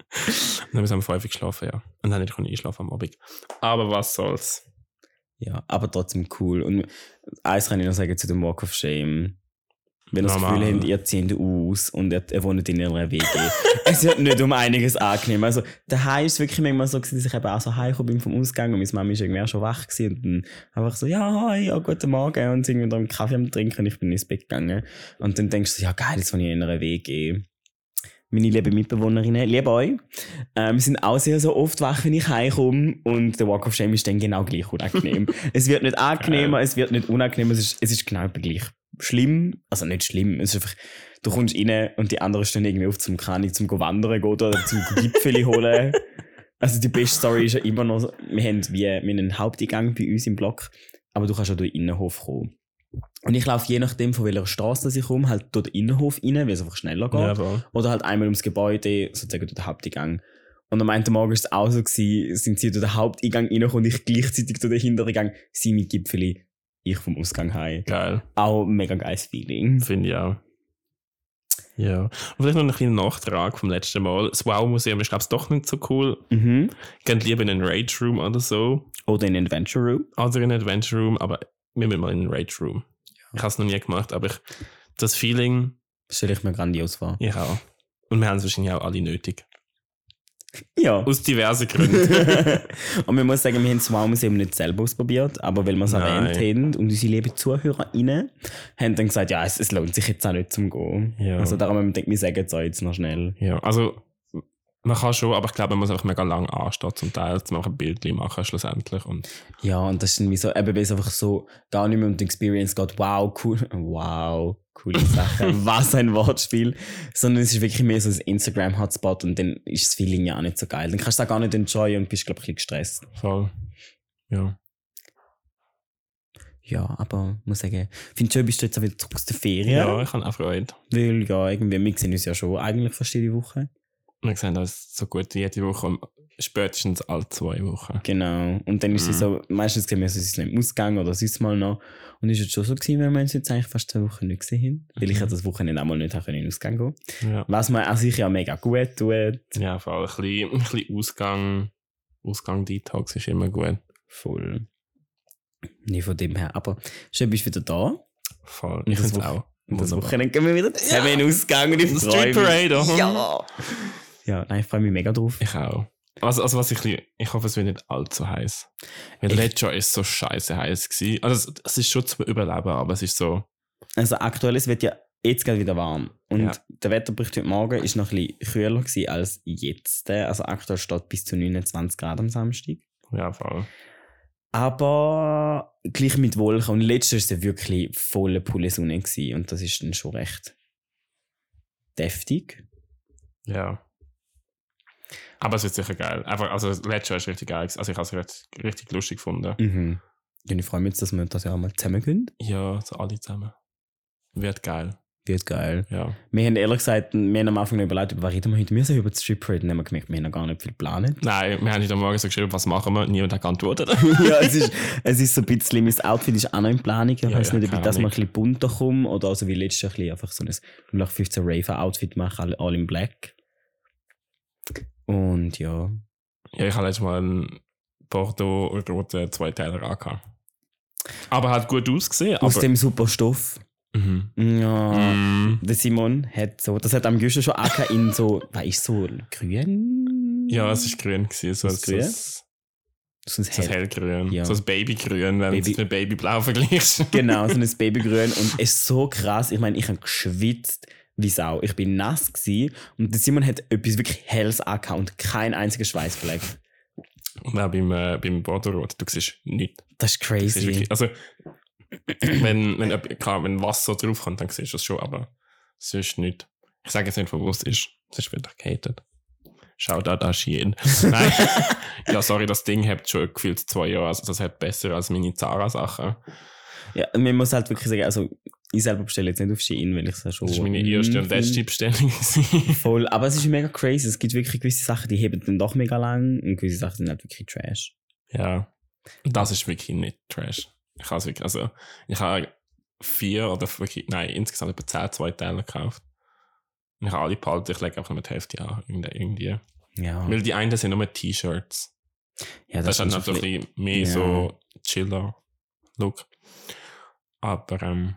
Und dann haben wir um fünf Uhr geschlafen, ja. Und dann konnte ich einschlafen am Abend. Aber was soll's. Ja, aber trotzdem cool. Und eins kann ich noch sagen zu dem Walk of Shame. Wenn ihr das Gefühl habt, ihr zieht aus und ihr, ihr wohnt in einer W G. Es wird nicht um einiges angenehm. Also, daheim ist es wirklich manchmal so gewesen, dass ich eben auch so heimgekommen bin vom Ausgang und meine Mama ist irgendwie auch schon wach gewesen und dann einfach so, ja, hi, ja, guten Morgen und irgendwie da einen Kaffee am Trinken und ich bin ins Bett gegangen. Und dann denkst du so, ja geil, jetzt wohne ich in einer W G. Meine lieben Mitbewohnerinnen, liebe euch. Ähm, wir sind auch sehr so oft wach, wenn ich heimkomme und der Walk of Shame ist dann genau gleich unangenehm. Es wird nicht angenehmer, es wird nicht unangenehmer, es ist, es ist genau gleich schlimm. Also nicht schlimm, es ist einfach, du kommst rein und die anderen stehen irgendwie auf zum Kranig, zum wandern gehen oder zum Gipfeli holen. Also die beste Story ist ja immer noch, so, wir haben wie wir haben einen Haupteingang bei uns im Block, aber du kannst auch durch den Innenhof kommen. Und ich laufe je nachdem, von welcher Straße ich komme, halt durch den Innenhof rein, weil es einfach schneller geht. Ja, oder halt einmal ums Gebäude, sozusagen durch den Haupteingang. Und am einen Morgen war es auch so gewesen, sind sie durch den Haupteingang reingekommen und ich gleichzeitig durch den Hintereingang, sie mit Gipfeli, ich vom Ausgang heim. Geil. Auch ein mega geiles Feeling. Finde ich auch. Ja. Und vielleicht noch ein kleiner Nachtrag vom letzten Mal. Das Wow-Museum ist, glaube ich, doch nicht so cool. Mhm. Geht lieber in einen Rage Room oder so. Oder in einen Adventure Room. Oder in einen Adventure Room, aber wir müssen mal in den Rage Room. Ja. Ich habe es noch nie gemacht, aber ich, das Feeling... Das stelle ich mir grandios vor. Ich auch. Und wir haben es wahrscheinlich auch alle nötig. Ja. Aus diversen Gründen. Und man muss sagen, wir haben das Wow-Museum nicht selber ausprobiert, aber weil wir es erwähnt haben und unsere lieben ZuhörerInnen haben dann gesagt, ja, es, es lohnt sich jetzt auch nicht zum Gehen. Ja. Also darum haben wir gedacht, wir sagen es euch jetzt noch schnell. Ja, also man kann schon, aber ich glaube, man muss einfach mega lang anstehen zum Teil, um auch ein Bild machen schlussendlich. Und ja, und das ist dann wie so, eben weil es einfach so gar nicht mehr um die Experience geht, wow, cool, wow, coole Sache, was ein Wortspiel, sondern es ist wirklich mehr so ein Instagram-Hotspot und dann ist das Feeling ja auch nicht so geil. Dann kannst du es auch gar nicht enjoyen und bist, glaube ich, ein bisschen gestresst. Voll, ja. Ja, aber ich muss sagen, ich finde es schön, bist du jetzt auch wieder zurück aus der Ferien. Ja, ich habe auch Freude. Weil ja, irgendwie, wir sehen uns ja schon eigentlich fast jede Woche. Wir sehen uns so gut jede Woche und spätestens alle zwei Wochen. Genau. Und dann ist mhm. es so, meistens sehen wir uns nicht im Ausgang oder sonst mal noch. Und es ist jetzt schon so gewesen, wenn wir uns jetzt eigentlich fast zwei Wochen nicht gesehen haben. Weil mhm. ich das Wochenende auch mal nicht in den Ausgang gehen ja. Was mir an sich ja mega gut tut. Ja, vor allem ein bisschen, ein bisschen Ausgang, Ausgang-Detox ist immer gut. Voll. Nee, von dem her. Aber schön, bist du wieder da. Voll. Ich finde es auch. Und das Wochenende gehen wir wieder zusammen ja. in den Ausgang und ich freue mich. Parade, oh. Ja. Ja, nein, ich freue mich mega drauf. Ich auch. Also, also was ich, ich hoffe, es wird nicht allzu heiß. Weil letztes Jahr ist so scheiße heiß gewesen. Also, es ist schon zum Überleben, aber es ist so. Also, aktuell, es wird ja jetzt gerade wieder warm. Und ja. der Wetterbericht heute Morgen ist noch ein bisschen kühler gewesen als jetzt. Also, aktuell steht bis zu neunundzwanzig Grad am Samstag. Ja, voll. Aber gleich mit Wolken. Und letztes Jahr war es ja wirklich volle Pulle Sonne gewesen. Und das ist dann schon recht deftig. Ja. Aber es wird sicher geil. Einfach, also letztes Jahr ist richtig geil. Also ich habe es richtig, richtig lustig gefunden. Mhm. Ja, ich freue mich jetzt, dass wir das ja auch mal zusammen können. Ja, so alle zusammen. Wird geil. Wird geil. Ja. Wir haben ehrlich gesagt, wir haben am Anfang noch überlegt, über was reden wir heute? Wir sind über das Strip Parade und haben gemerkt, wir haben noch gar nicht viel geplant. Nein, wir haben heute Morgen so geschrieben, was machen wir? Niemand hat geantwortet. Ja, es ist, es ist so ein bisschen, mein Outfit ist auch noch in Planung. Ich ja, weiß ja, nicht, ob ich das mal ein bisschen bunter komme oder also wie letztes Jahr ein bisschen einfach so ein null acht fünfzehn Raver-Outfit mache, all, all in black. Und ja, Ja, ich habe letztes Mal einen Bordeaux-roten Zweiteiler angehabt. Aber hat gut ausgesehen. Aus aber dem super Stoff. Mhm. Ja, Mm. der Simon hat so, das hat am Güster schon angehabt in so, was ist so, grün? Ja, es war grün. Gewesen, so Was ein, grün? so So ein ein, so ein Hell. hellgrün. Ja. So ein Babygrün, wenn Baby- du es mit Babyblau vergleichst. Genau, so ein Babygrün. Und es ist so krass. Ich meine, ich habe geschwitzt wie Sau. Ich bin nass gewesen und der Simon hat etwas wirklich Helles angehabt und kein einziger Schweißfleck. Und auch beim, äh, beim Bordeaux-Rot, du siehst nichts. Das ist Das crazy. ist wirklich, also, wenn, wenn, öp- klar, wenn Wasser draufkommt, dann siehst du das schon, aber sonst nicht. Ich sage jetzt nicht, von wo es ist. Es ist wieder gehatet. Schau da, da Shein. Nein. Ja, sorry, das Ding hat schon gefühlt zwei Jahre. Also, das hat besser als meine Zara-Sachen. Ja, man muss halt wirklich sagen, also ich selber bestelle jetzt nicht auf Shein, weil ich es ja schon... Das war meine erste und letzte Bestellung. Voll, aber es ist mega crazy. Es gibt wirklich gewisse Sachen, die heben dann doch mega lang und gewisse Sachen sind halt wirklich Trash. Ja. Das ist wirklich nicht Trash. Ich habe wirklich, also, ich habe vier oder wirklich, nein, insgesamt etwa zehn Zweiteiler gekauft. Und ich habe alle behalten, ich lege einfach nur die Hälfte an, irgendwie. irgendwie. Ja, Weil die einen sind nur T-Shirts. ja Das, das, ist ist dann schon natürlich ein mehr ja. so Chiller-Look. Aber, ähm,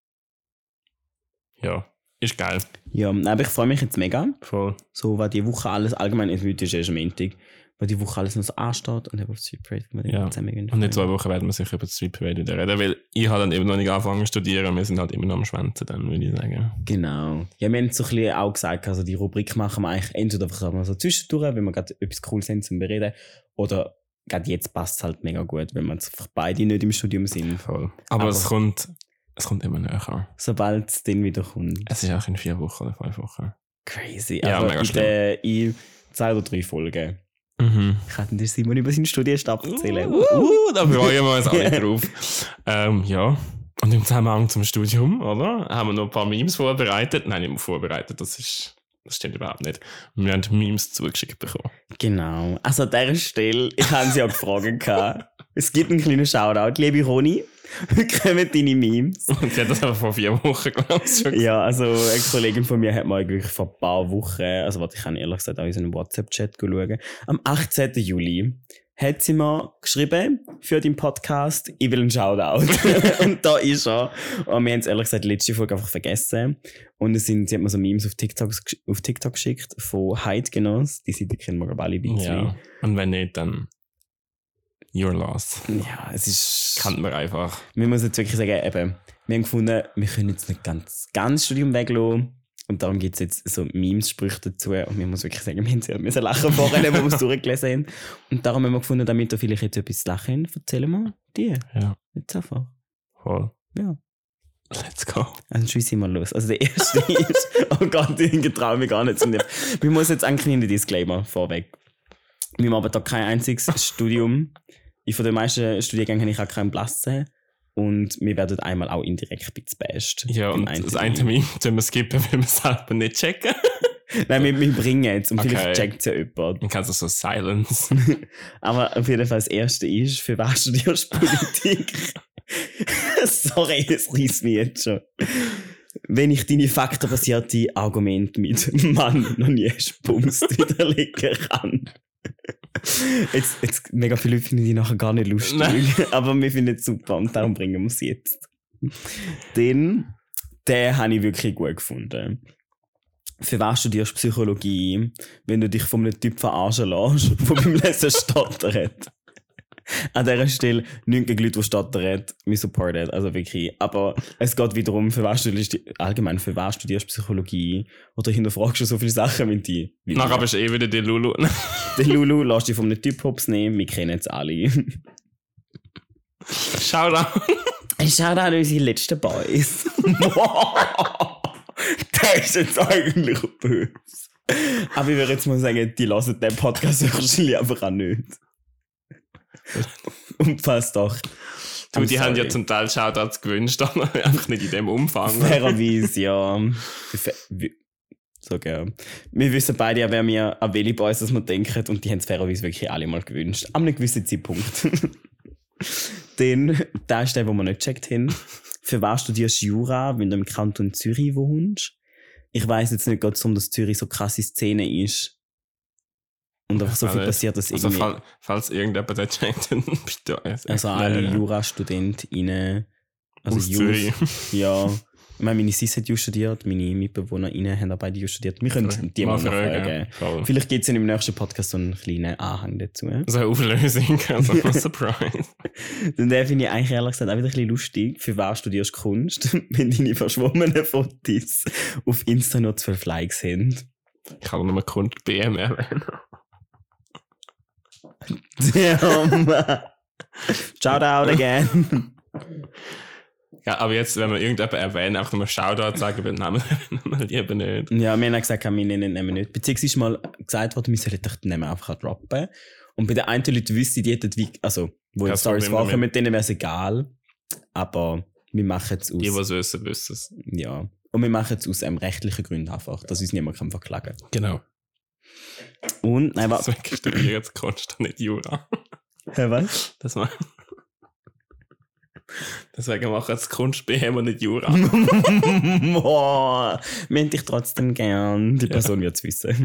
ja, ist geil. Ja, aber ich freue mich jetzt mega. Voll. So, weil die Woche alles, allgemein, heute ist erst Montag, weil die Woche alles noch so ansteht und eben auf Street Parade, wenn wir Ja. dann zusammen gehen. Und in zwei Wochen werden wir sicher über das Street Parade wieder reden, weil ich habe dann eben noch nicht angefangen zu studieren, wir sind halt immer noch am Schwänzen, dann würde ich sagen. Genau. Ja, wir haben so ein bisschen auch gesagt, also die Rubrik machen wir eigentlich entweder einfach mal so zwischendurch, wenn wir gerade etwas cool sind zum Bereden, oder gerade jetzt passt es halt mega gut, wenn wir jetzt einfach beide nicht im Studium sind. Voll. Aber, Aber- es kommt, es kommt immer näher. Sobald es dann wieder kommt. Es ist auch in vier Wochen oder fünf Wochen. Crazy. Ja, Aber mega in, der, in zwei oder drei Folgen Mhm. kann der Simon über seinen Studienstab erzählen. Uh, uh, da freuen wir uns alle drauf. Ähm, ja. Und im Zusammenhang zum Studium, oder? Haben wir noch ein paar Memes vorbereitet. Nein, nicht mehr vorbereitet, das ist, das stimmt überhaupt nicht. Wir haben Memes zugeschickt bekommen. Genau. Also an dieser Stelle, ich habe sie ja gefragt. gehabt. Es gibt einen kleinen Shoutout. Liebe Ronny, wie kommen deine Memes? Und sie hat das aber vor vier Wochen, glaube ich, schon gesagt. Ja, also eine Kollegin von mir hat mal wirklich vor ein paar Wochen, also warte, ich kann ehrlich gesagt auch in unseren WhatsApp-Chat schauen, am achtzehnten Juli hat sie mir geschrieben für den Podcast, ich will einen Shoutout. Und da ist er. Und wir haben es ehrlich gesagt letzte Folge einfach vergessen. Und es sind, sie hat mir so Memes auf TikTok, auf TikTok geschickt von Heidgenoss. Die Seite kennen wir glaube alle ein bisschen. Ja. Und wenn nicht, dann you're lost. Ja, es ist... Kann man einfach. Wir müssen jetzt wirklich sagen, eben, wir haben gefunden, wir können jetzt nicht ganz, ganz Studium weglassen. Und darum gibt es jetzt so Memes-Sprüche dazu. Und wir müssen wirklich sagen, wir haben sehr müssen lachen vorher, wo wir es durchgelesen haben. Und darum haben wir gefunden, damit wir vielleicht jetzt etwas lachen, erzählen wir dir. Ja. Jetzt einfach. Voll. Ja. Let's go. Also schiessen wir mal los. Also der erste ist, oh Gott, ich traue mich gar nicht zu nehmen. Wir müssen jetzt einen kleinen Disclaimer vorweg. Wir haben aber da kein einziges Studium. Ich von den meisten Studiengängen habe ich auch keinen Platz zu. Und wir werden einmal auch indirekt ein bisschen bashed. Ja, Im und einen das Termin. eine Termin tun wir skippen, weil wir es selber nicht checken. Nein, wir, wir bringen jetzt und Okay. vielleicht checkt es ja jemand. Dann kannst du so Silence. Aber auf jeden Fall das erste ist, für was studierst du Politik? Sorry, es reißt mich jetzt schon. Wenn ich deine faktenbasierte Argumente mit Mann noch nie spumst widerlegen kann. Jetzt, jetzt mega viele Leute finden die nachher gar nicht lustig. Nein. Aber wir finden es super und darum bringen wir es jetzt. Den, den habe ich wirklich gut gefunden. Für was studierst du Psychologie, wenn du dich von einem Typ verarschen lässt, der beim Lesen stottert? An dieser Stelle nichts gegen Leute, die stottern, wir supporten, also wirklich. Aber es geht wiederum, für was studierst du, allgemein, für was studierst du Psychologie? Oder hinterfragst du so viele Sachen mit dir? Nachher bist du eh wieder der Lulu. Der Lulu lässt dich von einem Typ hops nehmen, wir kennen es alle. Schau da. Schau da an unsere letzten Boys. Der ist jetzt eigentlich böse. Aber ich würde jetzt mal sagen, die hören den Podcast wahrscheinlich einfach auch nicht. Und falls doch. Du, I'm die haben ja sorry. zum Teil Shoutouts gewünscht, aber einfach nicht in dem Umfang. Fairerweise, ja. Fa- wie- So gern. Wir wissen beide ja, wer wir an welche Boys das wir denken und die haben es fairerweise wirklich alle mal gewünscht. An einem gewissen Zeitpunkt. Dann, da ist der, den wir nicht gecheckt haben. Für was studierst du Jura, wenn du im Kanton Zürich wohnst? Ich weiss jetzt nicht gerade, warum das Zürich so krasse Szene ist. Und einfach so viel passiert, dass also, irgendwie... fall, falls irgendjemand das checkt, dann bitte uns Also alle Jurastudentinnen... Also aus Jus, Zürich. Ja. Ich meine, meine Sis hat Jus studiert, meine MitbewohnerInnen haben auch beide Jus studiert. Wir können die mal fragen. Voll. Vielleicht gibt es ja im nächsten Podcast so einen kleinen Anhang dazu. So eine Auflösung, also ein Surprise. Dann finde ich eigentlich ehrlich gesagt auch wieder ein bisschen lustig, für was studierst du Kunst, wenn deine verschwommenen Fotos auf Insta noch zwölf Likes sind. Ich habe nur Kunst B M erwähnen. Damn. Shout out again. Ja, aber jetzt, wenn wir irgendjemanden erwähnen, einfach nur Shoutout sagen, weil Namen nennen wir lieber nicht. Ja, wir haben gesagt, wir nennen den Namen nicht. Beziehungsweise mal gesagt worden, wir sollen doch den Namen einfach droppen. Und bei den einen Leuten wüssten die, die, also, wo die Stories vorkommen, mit denen wäre es egal. Aber wir machen es aus... Die, die es wissen, wissen es. Ja. Und wir machen es aus einem rechtlichen Grund einfach, dass uns niemand kann verklagen kann. Genau. Und, nein, was... Deswegen studiere ich jetzt Kunst und nicht Jura. Hä, was? Das war... Deswegen mache ich jetzt Kunst B M und nicht Jura. Boah, wir hätten dich trotzdem gern. Die Person wird es wissen.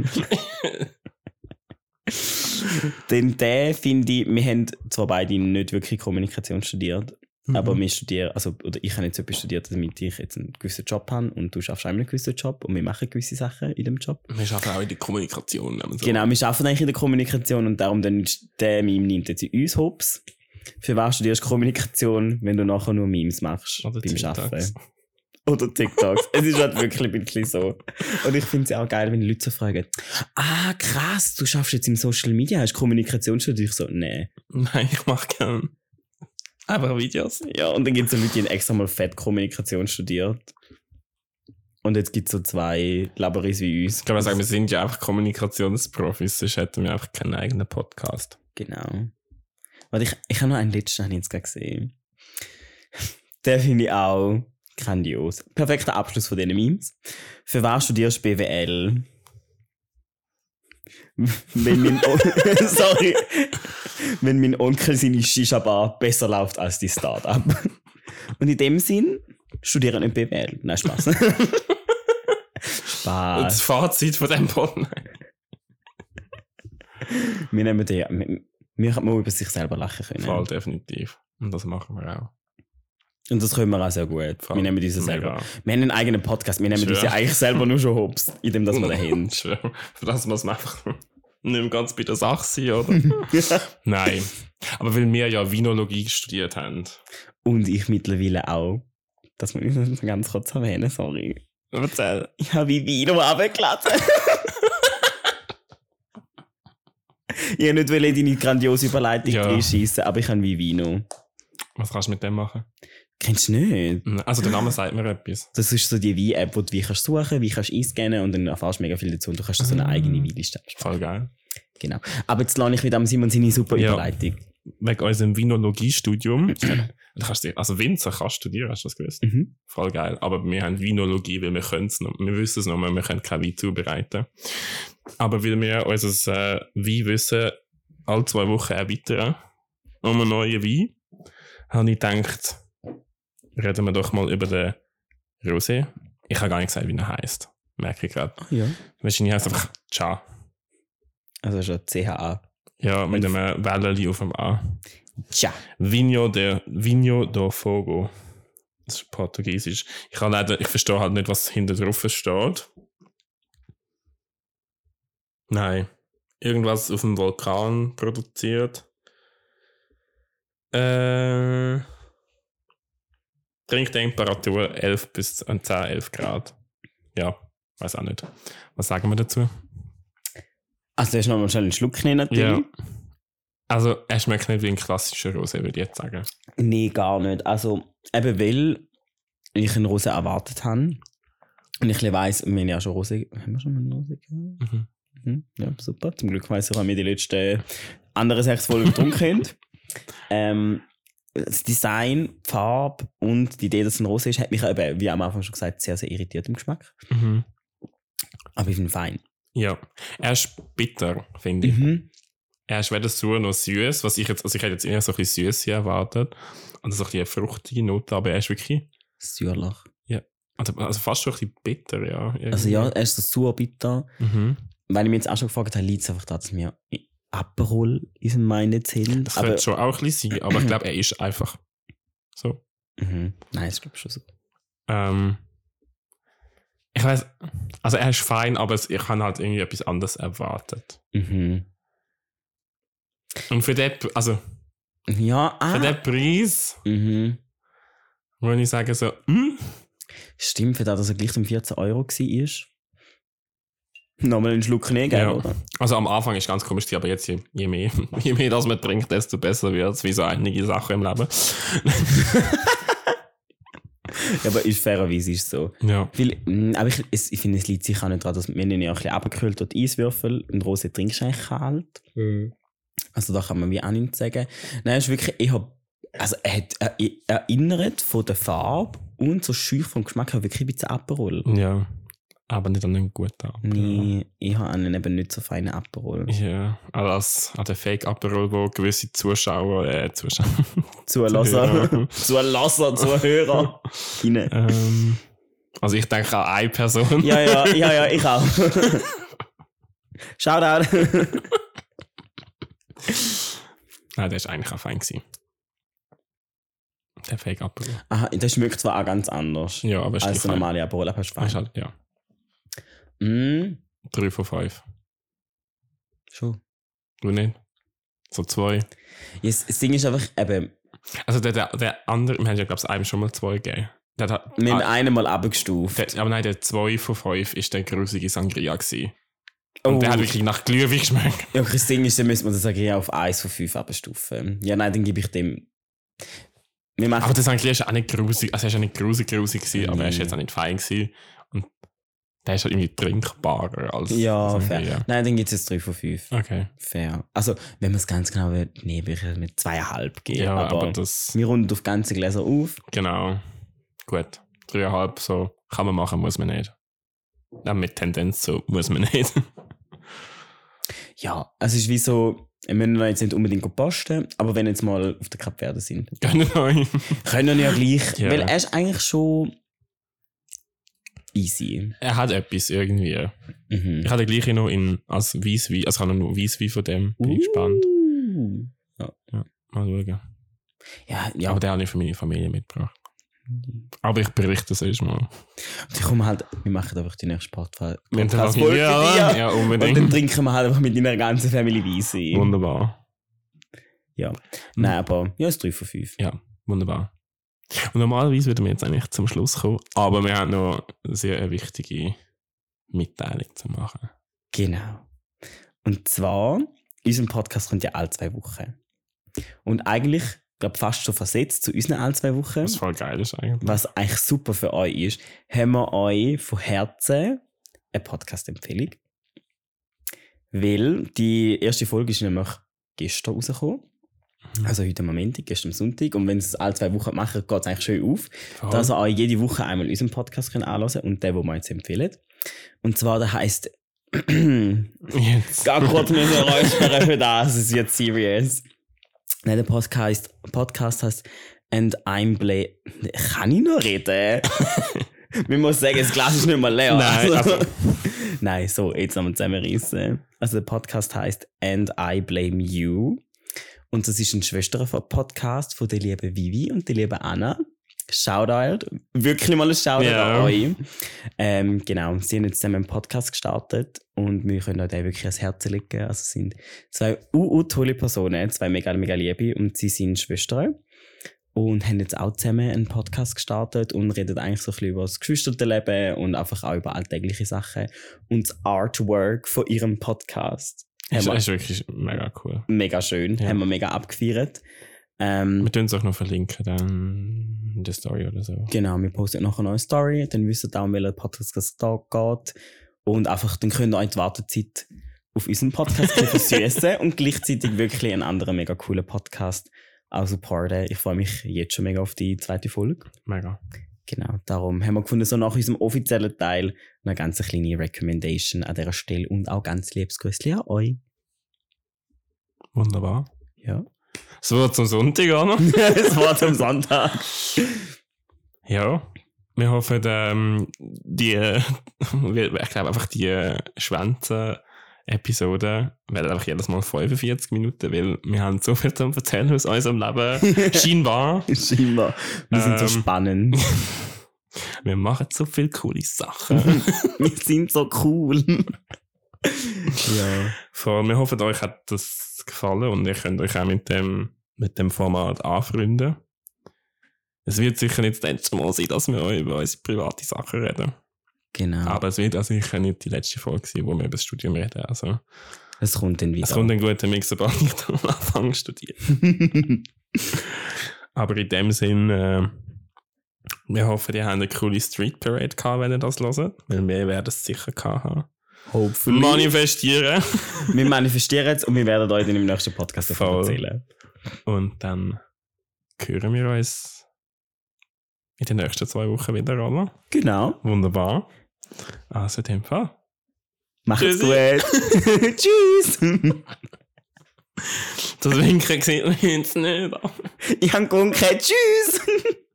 Denn der finde ich, wir haben zwar beide nicht wirklich Kommunikation studiert, mhm. aber wir studieren, also, oder ich habe jetzt etwas studiert, damit ich jetzt einen gewissen Job habe und du schaffst auch einen gewissen Job und wir machen gewisse Sachen in dem Job. Wir arbeiten auch in der Kommunikation. So. Genau, wir arbeiten eigentlich in der Kommunikation und darum dann der Meme nimmt jetzt in uns Hops. Für was studierst du Kommunikation, wenn du nachher nur Memes machst oder beim TikToks. Arbeiten? Oder TikToks. Es ist halt wirklich ein bisschen so. Und ich finde es auch geil, wenn die Leute so fragen, ah krass, du schaffst jetzt im Social Media, hast du Kommunikation studiert? Ich so, nee. Nein, ich mache gerne einfach Videos. Ja, und dann gibt es so Leute, die haben extra mal fett Kommunikation studiert. Und jetzt gibt es so zwei Laboris wie uns. Ich kann mal sagen, wir sind ja einfach Kommunikationsprofis, sonst hätten wir einfach keinen eigenen Podcast. Genau. Warte, ich, ich habe noch einen letzten, habe ich jetzt gerade gesehen. Den finde ich auch grandios. Perfekter Abschluss von diesen Memes. Für was studierst du B W L? Wenn mein, o- Sorry. Wenn mein Onkel seine Shisha-Bar besser läuft als die Start-up. Und in dem Sinn studiere nicht B W L. Nein, Spaß. Spaß. Und das Fazit von diesem Podcast. Wir nehmen den... Wir können über sich selber lachen können. Voll, definitiv. Und das machen wir auch. Und das können wir auch sehr gut. Voll. Wir nehmen diese selber. Mega. Wir haben einen eigenen Podcast. Wir nehmen Schwör. diese eigentlich selber nur schon hops, indem dass wir den haben. Schwör. Für das muss man einfach nicht mehr ganz bei der Sache sein, oder? Nein. Aber weil wir ja Vinologie studiert haben. Und ich mittlerweile auch. Das muss ich noch ganz kurz erwähnen, sorry. Erzähl. Ich habe wie Vino runtergelassen. Ich wollte nicht in deine grandiose Überleitung Ja. reinschiessen, aber ich habe wie Vino. Was kannst du mit dem machen? Kennst du nicht? Also der Name sagt mir etwas. Das ist so die Wein-App, wo du wie kannst suchen, wie kannst du einscannen und dann erfährst du mega viel dazu und du kannst so eine eigene Weinliste absparen. Voll geil. Genau. Aber jetzt lerne ich wieder am Simon seine super Ja. Überleitung. Wegen unserem Vinologiestudium. Du kannst dir, also Winzer kannst du studieren, hast du das gewusst? Mhm. Voll geil. Aber wir haben Vinologie, weil wir können es noch, wir wissen es noch, wir können kein Wein zubereiten. Aber weil wir unser äh, Weinwissen alle zwei Wochen erweitern um einen neuen Wein, habe ich gedacht, reden wir doch mal über den Rosé. Ich habe gar nicht gesagt, wie er heisst. Merke ich gerade. Ah, ja. Wahrscheinlich heisst er einfach Cha. Also schon C H A. Ja, mit einem Welleli auf dem A. Tja. Vinho, de, Vinho do Fogo. Das ist Portugiesisch. Ich, kann leider, ich verstehe halt nicht, was hinter drauf steht. Nein. Irgendwas auf dem Vulkan produziert. Äh. Trinktemperatur elf bis zehn, elf Grad. Ja, weiß auch nicht. Was sagen wir dazu? Also du hast noch mal schnell einen Schluck genommen, natürlich. Ja. Also, er schmeckt nicht wie ein klassischer Rosé, würde ich jetzt sagen. Nee, gar nicht. Also, eben weil ich einen Rosé erwartet habe und ich weiss, wir haben ja schon Rosé... Haben wir schon mal einen Rosé gehabt? Mhm. Mhm. Ja, super. Zum Glück weiss ich, haben wir die letzten anderen sechs Folgen getrunken haben. ähm, das Design, die Farbe und die Idee, dass es ein Rosé ist, hat mich eben, wie am Anfang schon gesagt, sehr, sehr irritiert im Geschmack. Mhm. Aber ich finde ihn fein. Ja, er ist bitter, finde ich. Mhm. Er ist weder sauer noch süß, was ich jetzt, also ich hätte jetzt eher so ein bisschen Süße erwartet. Also so ein bisschen eine fruchtige Note, aber er ist wirklich, Säuerlich. also, also fast schon ein bisschen bitter, ja. Irgendwie. Also ja, er ist so sauer bitter. Mhm. weil ich mich jetzt auch schon gefragt habe, liegt es einfach daran, dass wir Aperol in unserem Mind sind. Das könnte schon auch ein bisschen sein, aber ich glaube, er ist einfach so. Mhm. Nein, das glaube ich schon so. Ähm, ich weiß, also er ist fein, aber ich habe halt irgendwie etwas anderes erwartet. Mhm. Und für den, also Ja, ah. für den Preis Mhm. muss ich sagen so, hm? Stimmt, für das, dass er gleich um vierzehn Euro war. Nochmal einen Schluck nehmen, Ja. oder? Also am Anfang ist ganz komisch, aber jetzt je, je mehr, je mehr das man trinkt, desto besser wird es, wie so einige Sachen im Leben. Ja, aber ist fairerweise ist so. Ja. Weil, mh, aber ich, es, ich finde, es liegt sicher auch nicht daran, dass wir ihn ja ein bisschen abgekühlt dort Eiswürfel und Rose trinkst du eigentlich kalt. Mhm. Also da kann man wie auch nichts sagen. Nein, es ist wirklich, ich hab, also er hat er, erinnert von der Farbe und so schüch vom Geschmack her wirklich ein bisschen Aperol. Ja, aber nicht an den guten Aperol. Nee, ich habe einen eben nicht so feinen Aperol. Ja, also das, an den Fake-Aperol, wo gewisse Zuschauer, äh, Zuschauer, Zulasser, Zulasser, Zuhörer. Rein. ähm, also ich denke an eine Person. Ja, ja, ja, ja, ich auch. Shoutout. Nein, der war eigentlich auch fein gewesen. Der Fake-Aperol. Aha, das schmeckt zwar auch ganz anders Ja, aber ist als gleich der fein. normale Aperol, aber ist Ist fein. halt, ja. Mm, Drei von fünf. schon. Du nicht? So zwei. Yes, das Ding ist einfach, eben, Also der, der, der andere, wir haben ja glaube ich einem schon mal zwei gegeben. Der hat, wir haben ah, einen mal abgestuft. der, aber nein, der zwei von fünf ist der grusige Sangria gewesen. Oh. Und der hat wirklich nach Glühwein geschmeckt. Ja, das Ding ist, dann müssen wir das Sangria auf eins von fünf abstufen. Ja, nein, dann gebe ich dem... Wir machen... Aber der Sangria ist auch nicht grusig, also er ist ja nicht grusig grusig gewesen, aber er ist Nee. jetzt auch nicht fein gewesen. Und der ist halt irgendwie trinkbarer als ja, Sangria. fair. Nein, dann gibt es jetzt drei von fünf. Okay. Fair. Also, wenn man es ganz genau will, nee, würde ich mit zweieinhalb geben. Ja, aber, aber das, wir runden auf ganze Gläser auf. genau. Gut. Dreieinhalb, so kann man machen, muss man nicht. Ja, mit Tendenz so muss man nicht. Ja, also es ist wie so, wir müssen jetzt nicht unbedingt posten, aber wenn jetzt mal auf der Kapverde sind, Gerne neu. können wir ja gleich, Ja. weil er ist eigentlich schon easy. Er hat etwas irgendwie. Mhm. Ich hatte gleich noch in, als Weisswein, also ich habe noch Weisswein von dem, bin ich gespannt. Uh. Mal schauen. Ja, ja. Aber den habe ich für meine Familie mitgebracht. Aber ich berichte das erst mal. Ich komme halt, wir machen einfach die nächste Podcast. Mit der Podcast- Familie, ja, ja, Und dann unbedingt. trinken wir halt einfach mit deiner ganzen Family Weisse. Wunderbar. Ja. Nein, aber ja, es ist drei von fünf. Ja, wunderbar. Und normalerweise würden wir jetzt eigentlich zum Schluss kommen, aber wir haben noch eine sehr wichtige Mitteilung zu machen. Genau. Und zwar, unser Podcast kommt ja alle zwei Wochen. Und eigentlich, ich glaube fast schon versetzt zu unseren alle zwei Wochen, Was voll geil ist eigentlich. was eigentlich super für euch ist, haben wir euch von Herzen eine Podcast-Empfehlung. Weil die erste Folge ist nämlich gestern rausgekommen. Also heute am Montag, gestern am Sonntag. Und wenn sie es alle zwei Wochen machen, geht es eigentlich schön auf. Voll. Dass ihr euch jede Woche einmal unseren Podcast könnt anhören und den, den wir jetzt empfehlen. Und zwar, der heisst Jetzt. Gar kurz müssen wir räuspern für das, es wird serious. Nein, der Podcast, Podcast heißt And I'm Blame. Kann ich noch reden? Man muss sagen, das Glas ist nicht mal leer. Nein, also- Nein, so, jetzt nochmal zusammenreißen. Also der Podcast heißt And I Blame You. Und das ist ein Schwestern-Podcast von der lieben Vivi und der lieben Anna. Shoutout. Wirklich mal ein Shoutout Ja. an euch. Ähm, genau, sie haben jetzt zusammen einen Podcast gestartet und wir können euch den wirklich ans Herz legen. Also es sind zwei uh, uh, tolle Personen, zwei mega, mega liebe und sie sind Schwestern und haben jetzt auch zusammen einen Podcast gestartet und reden eigentlich so ein bisschen über das Geschwisterleben und einfach auch über alltägliche Sachen und das Artwork von ihrem Podcast. Das Haben wir ist wirklich mega cool. mega schön, Ja. haben wir mega abgefeiert. Ähm, Wir tun es auch noch verlinken dann in der Story oder so. Genau, wir posten noch eine neue Story, dann wisst ihr auch, welcher Podcast es da geht. Und einfach, dann könnt ihr euch die Wartezeit auf unseren Podcast versüßen und gleichzeitig wirklich einen anderen mega coolen Podcast auch supporten. Ich freue mich jetzt schon mega auf die zweite Folge. Mega. Genau, darum haben wir gefunden, so nach unserem offiziellen Teil eine ganz kleine Recommendation an dieser Stelle und auch ganz liebes Grüßchen an euch. Wunderbar. Ja. Es wird zum Sonntag auch noch. Es war zum Sonntag. Ja. Wir hoffen, ähm, die, ich glaube einfach die Schwänze Episoden werden einfach jedes Mal fünfundvierzig Minuten, weil wir haben so viel zu erzählen aus unserem Leben. Scheinbar. Scheinbar. Wir sind Ähm. so spannend. Wir machen so viele coole Sachen. Wir sind so cool. Ja. Vor, wir hoffen, euch hat das gefallen und ihr könnt euch auch mit dem, mit dem Format anfreunden. Es wird sicher nicht das letzte Mal sein, dass wir euch über unsere private Sachen reden. Genau. Aber es wird auch sicher nicht die letzte Folge sein, wo wir über das Studium reden. Also, Es kommt dann wieder. es kommt ein guter Mix, sobald ich dann anfange zu studieren. Aber in dem Sinn, äh, wir hoffen, ihr habt eine coole Street Parade gehabt, wenn ihr das hört. Weil wir werden es sicher gehabt haben. Hopefully. Manifestieren. Wir manifestieren es und wir werden euch dann im nächsten Podcast davon Voll. erzählen. Und dann hören wir uns in den nächsten zwei Wochen wieder, oder? Genau. Wunderbar. Also in dem Fall. Macht's Tschüssi. gut. Tschüss. Das Winken sieht man jetzt nicht. Ich habe gewunken. Tschüss.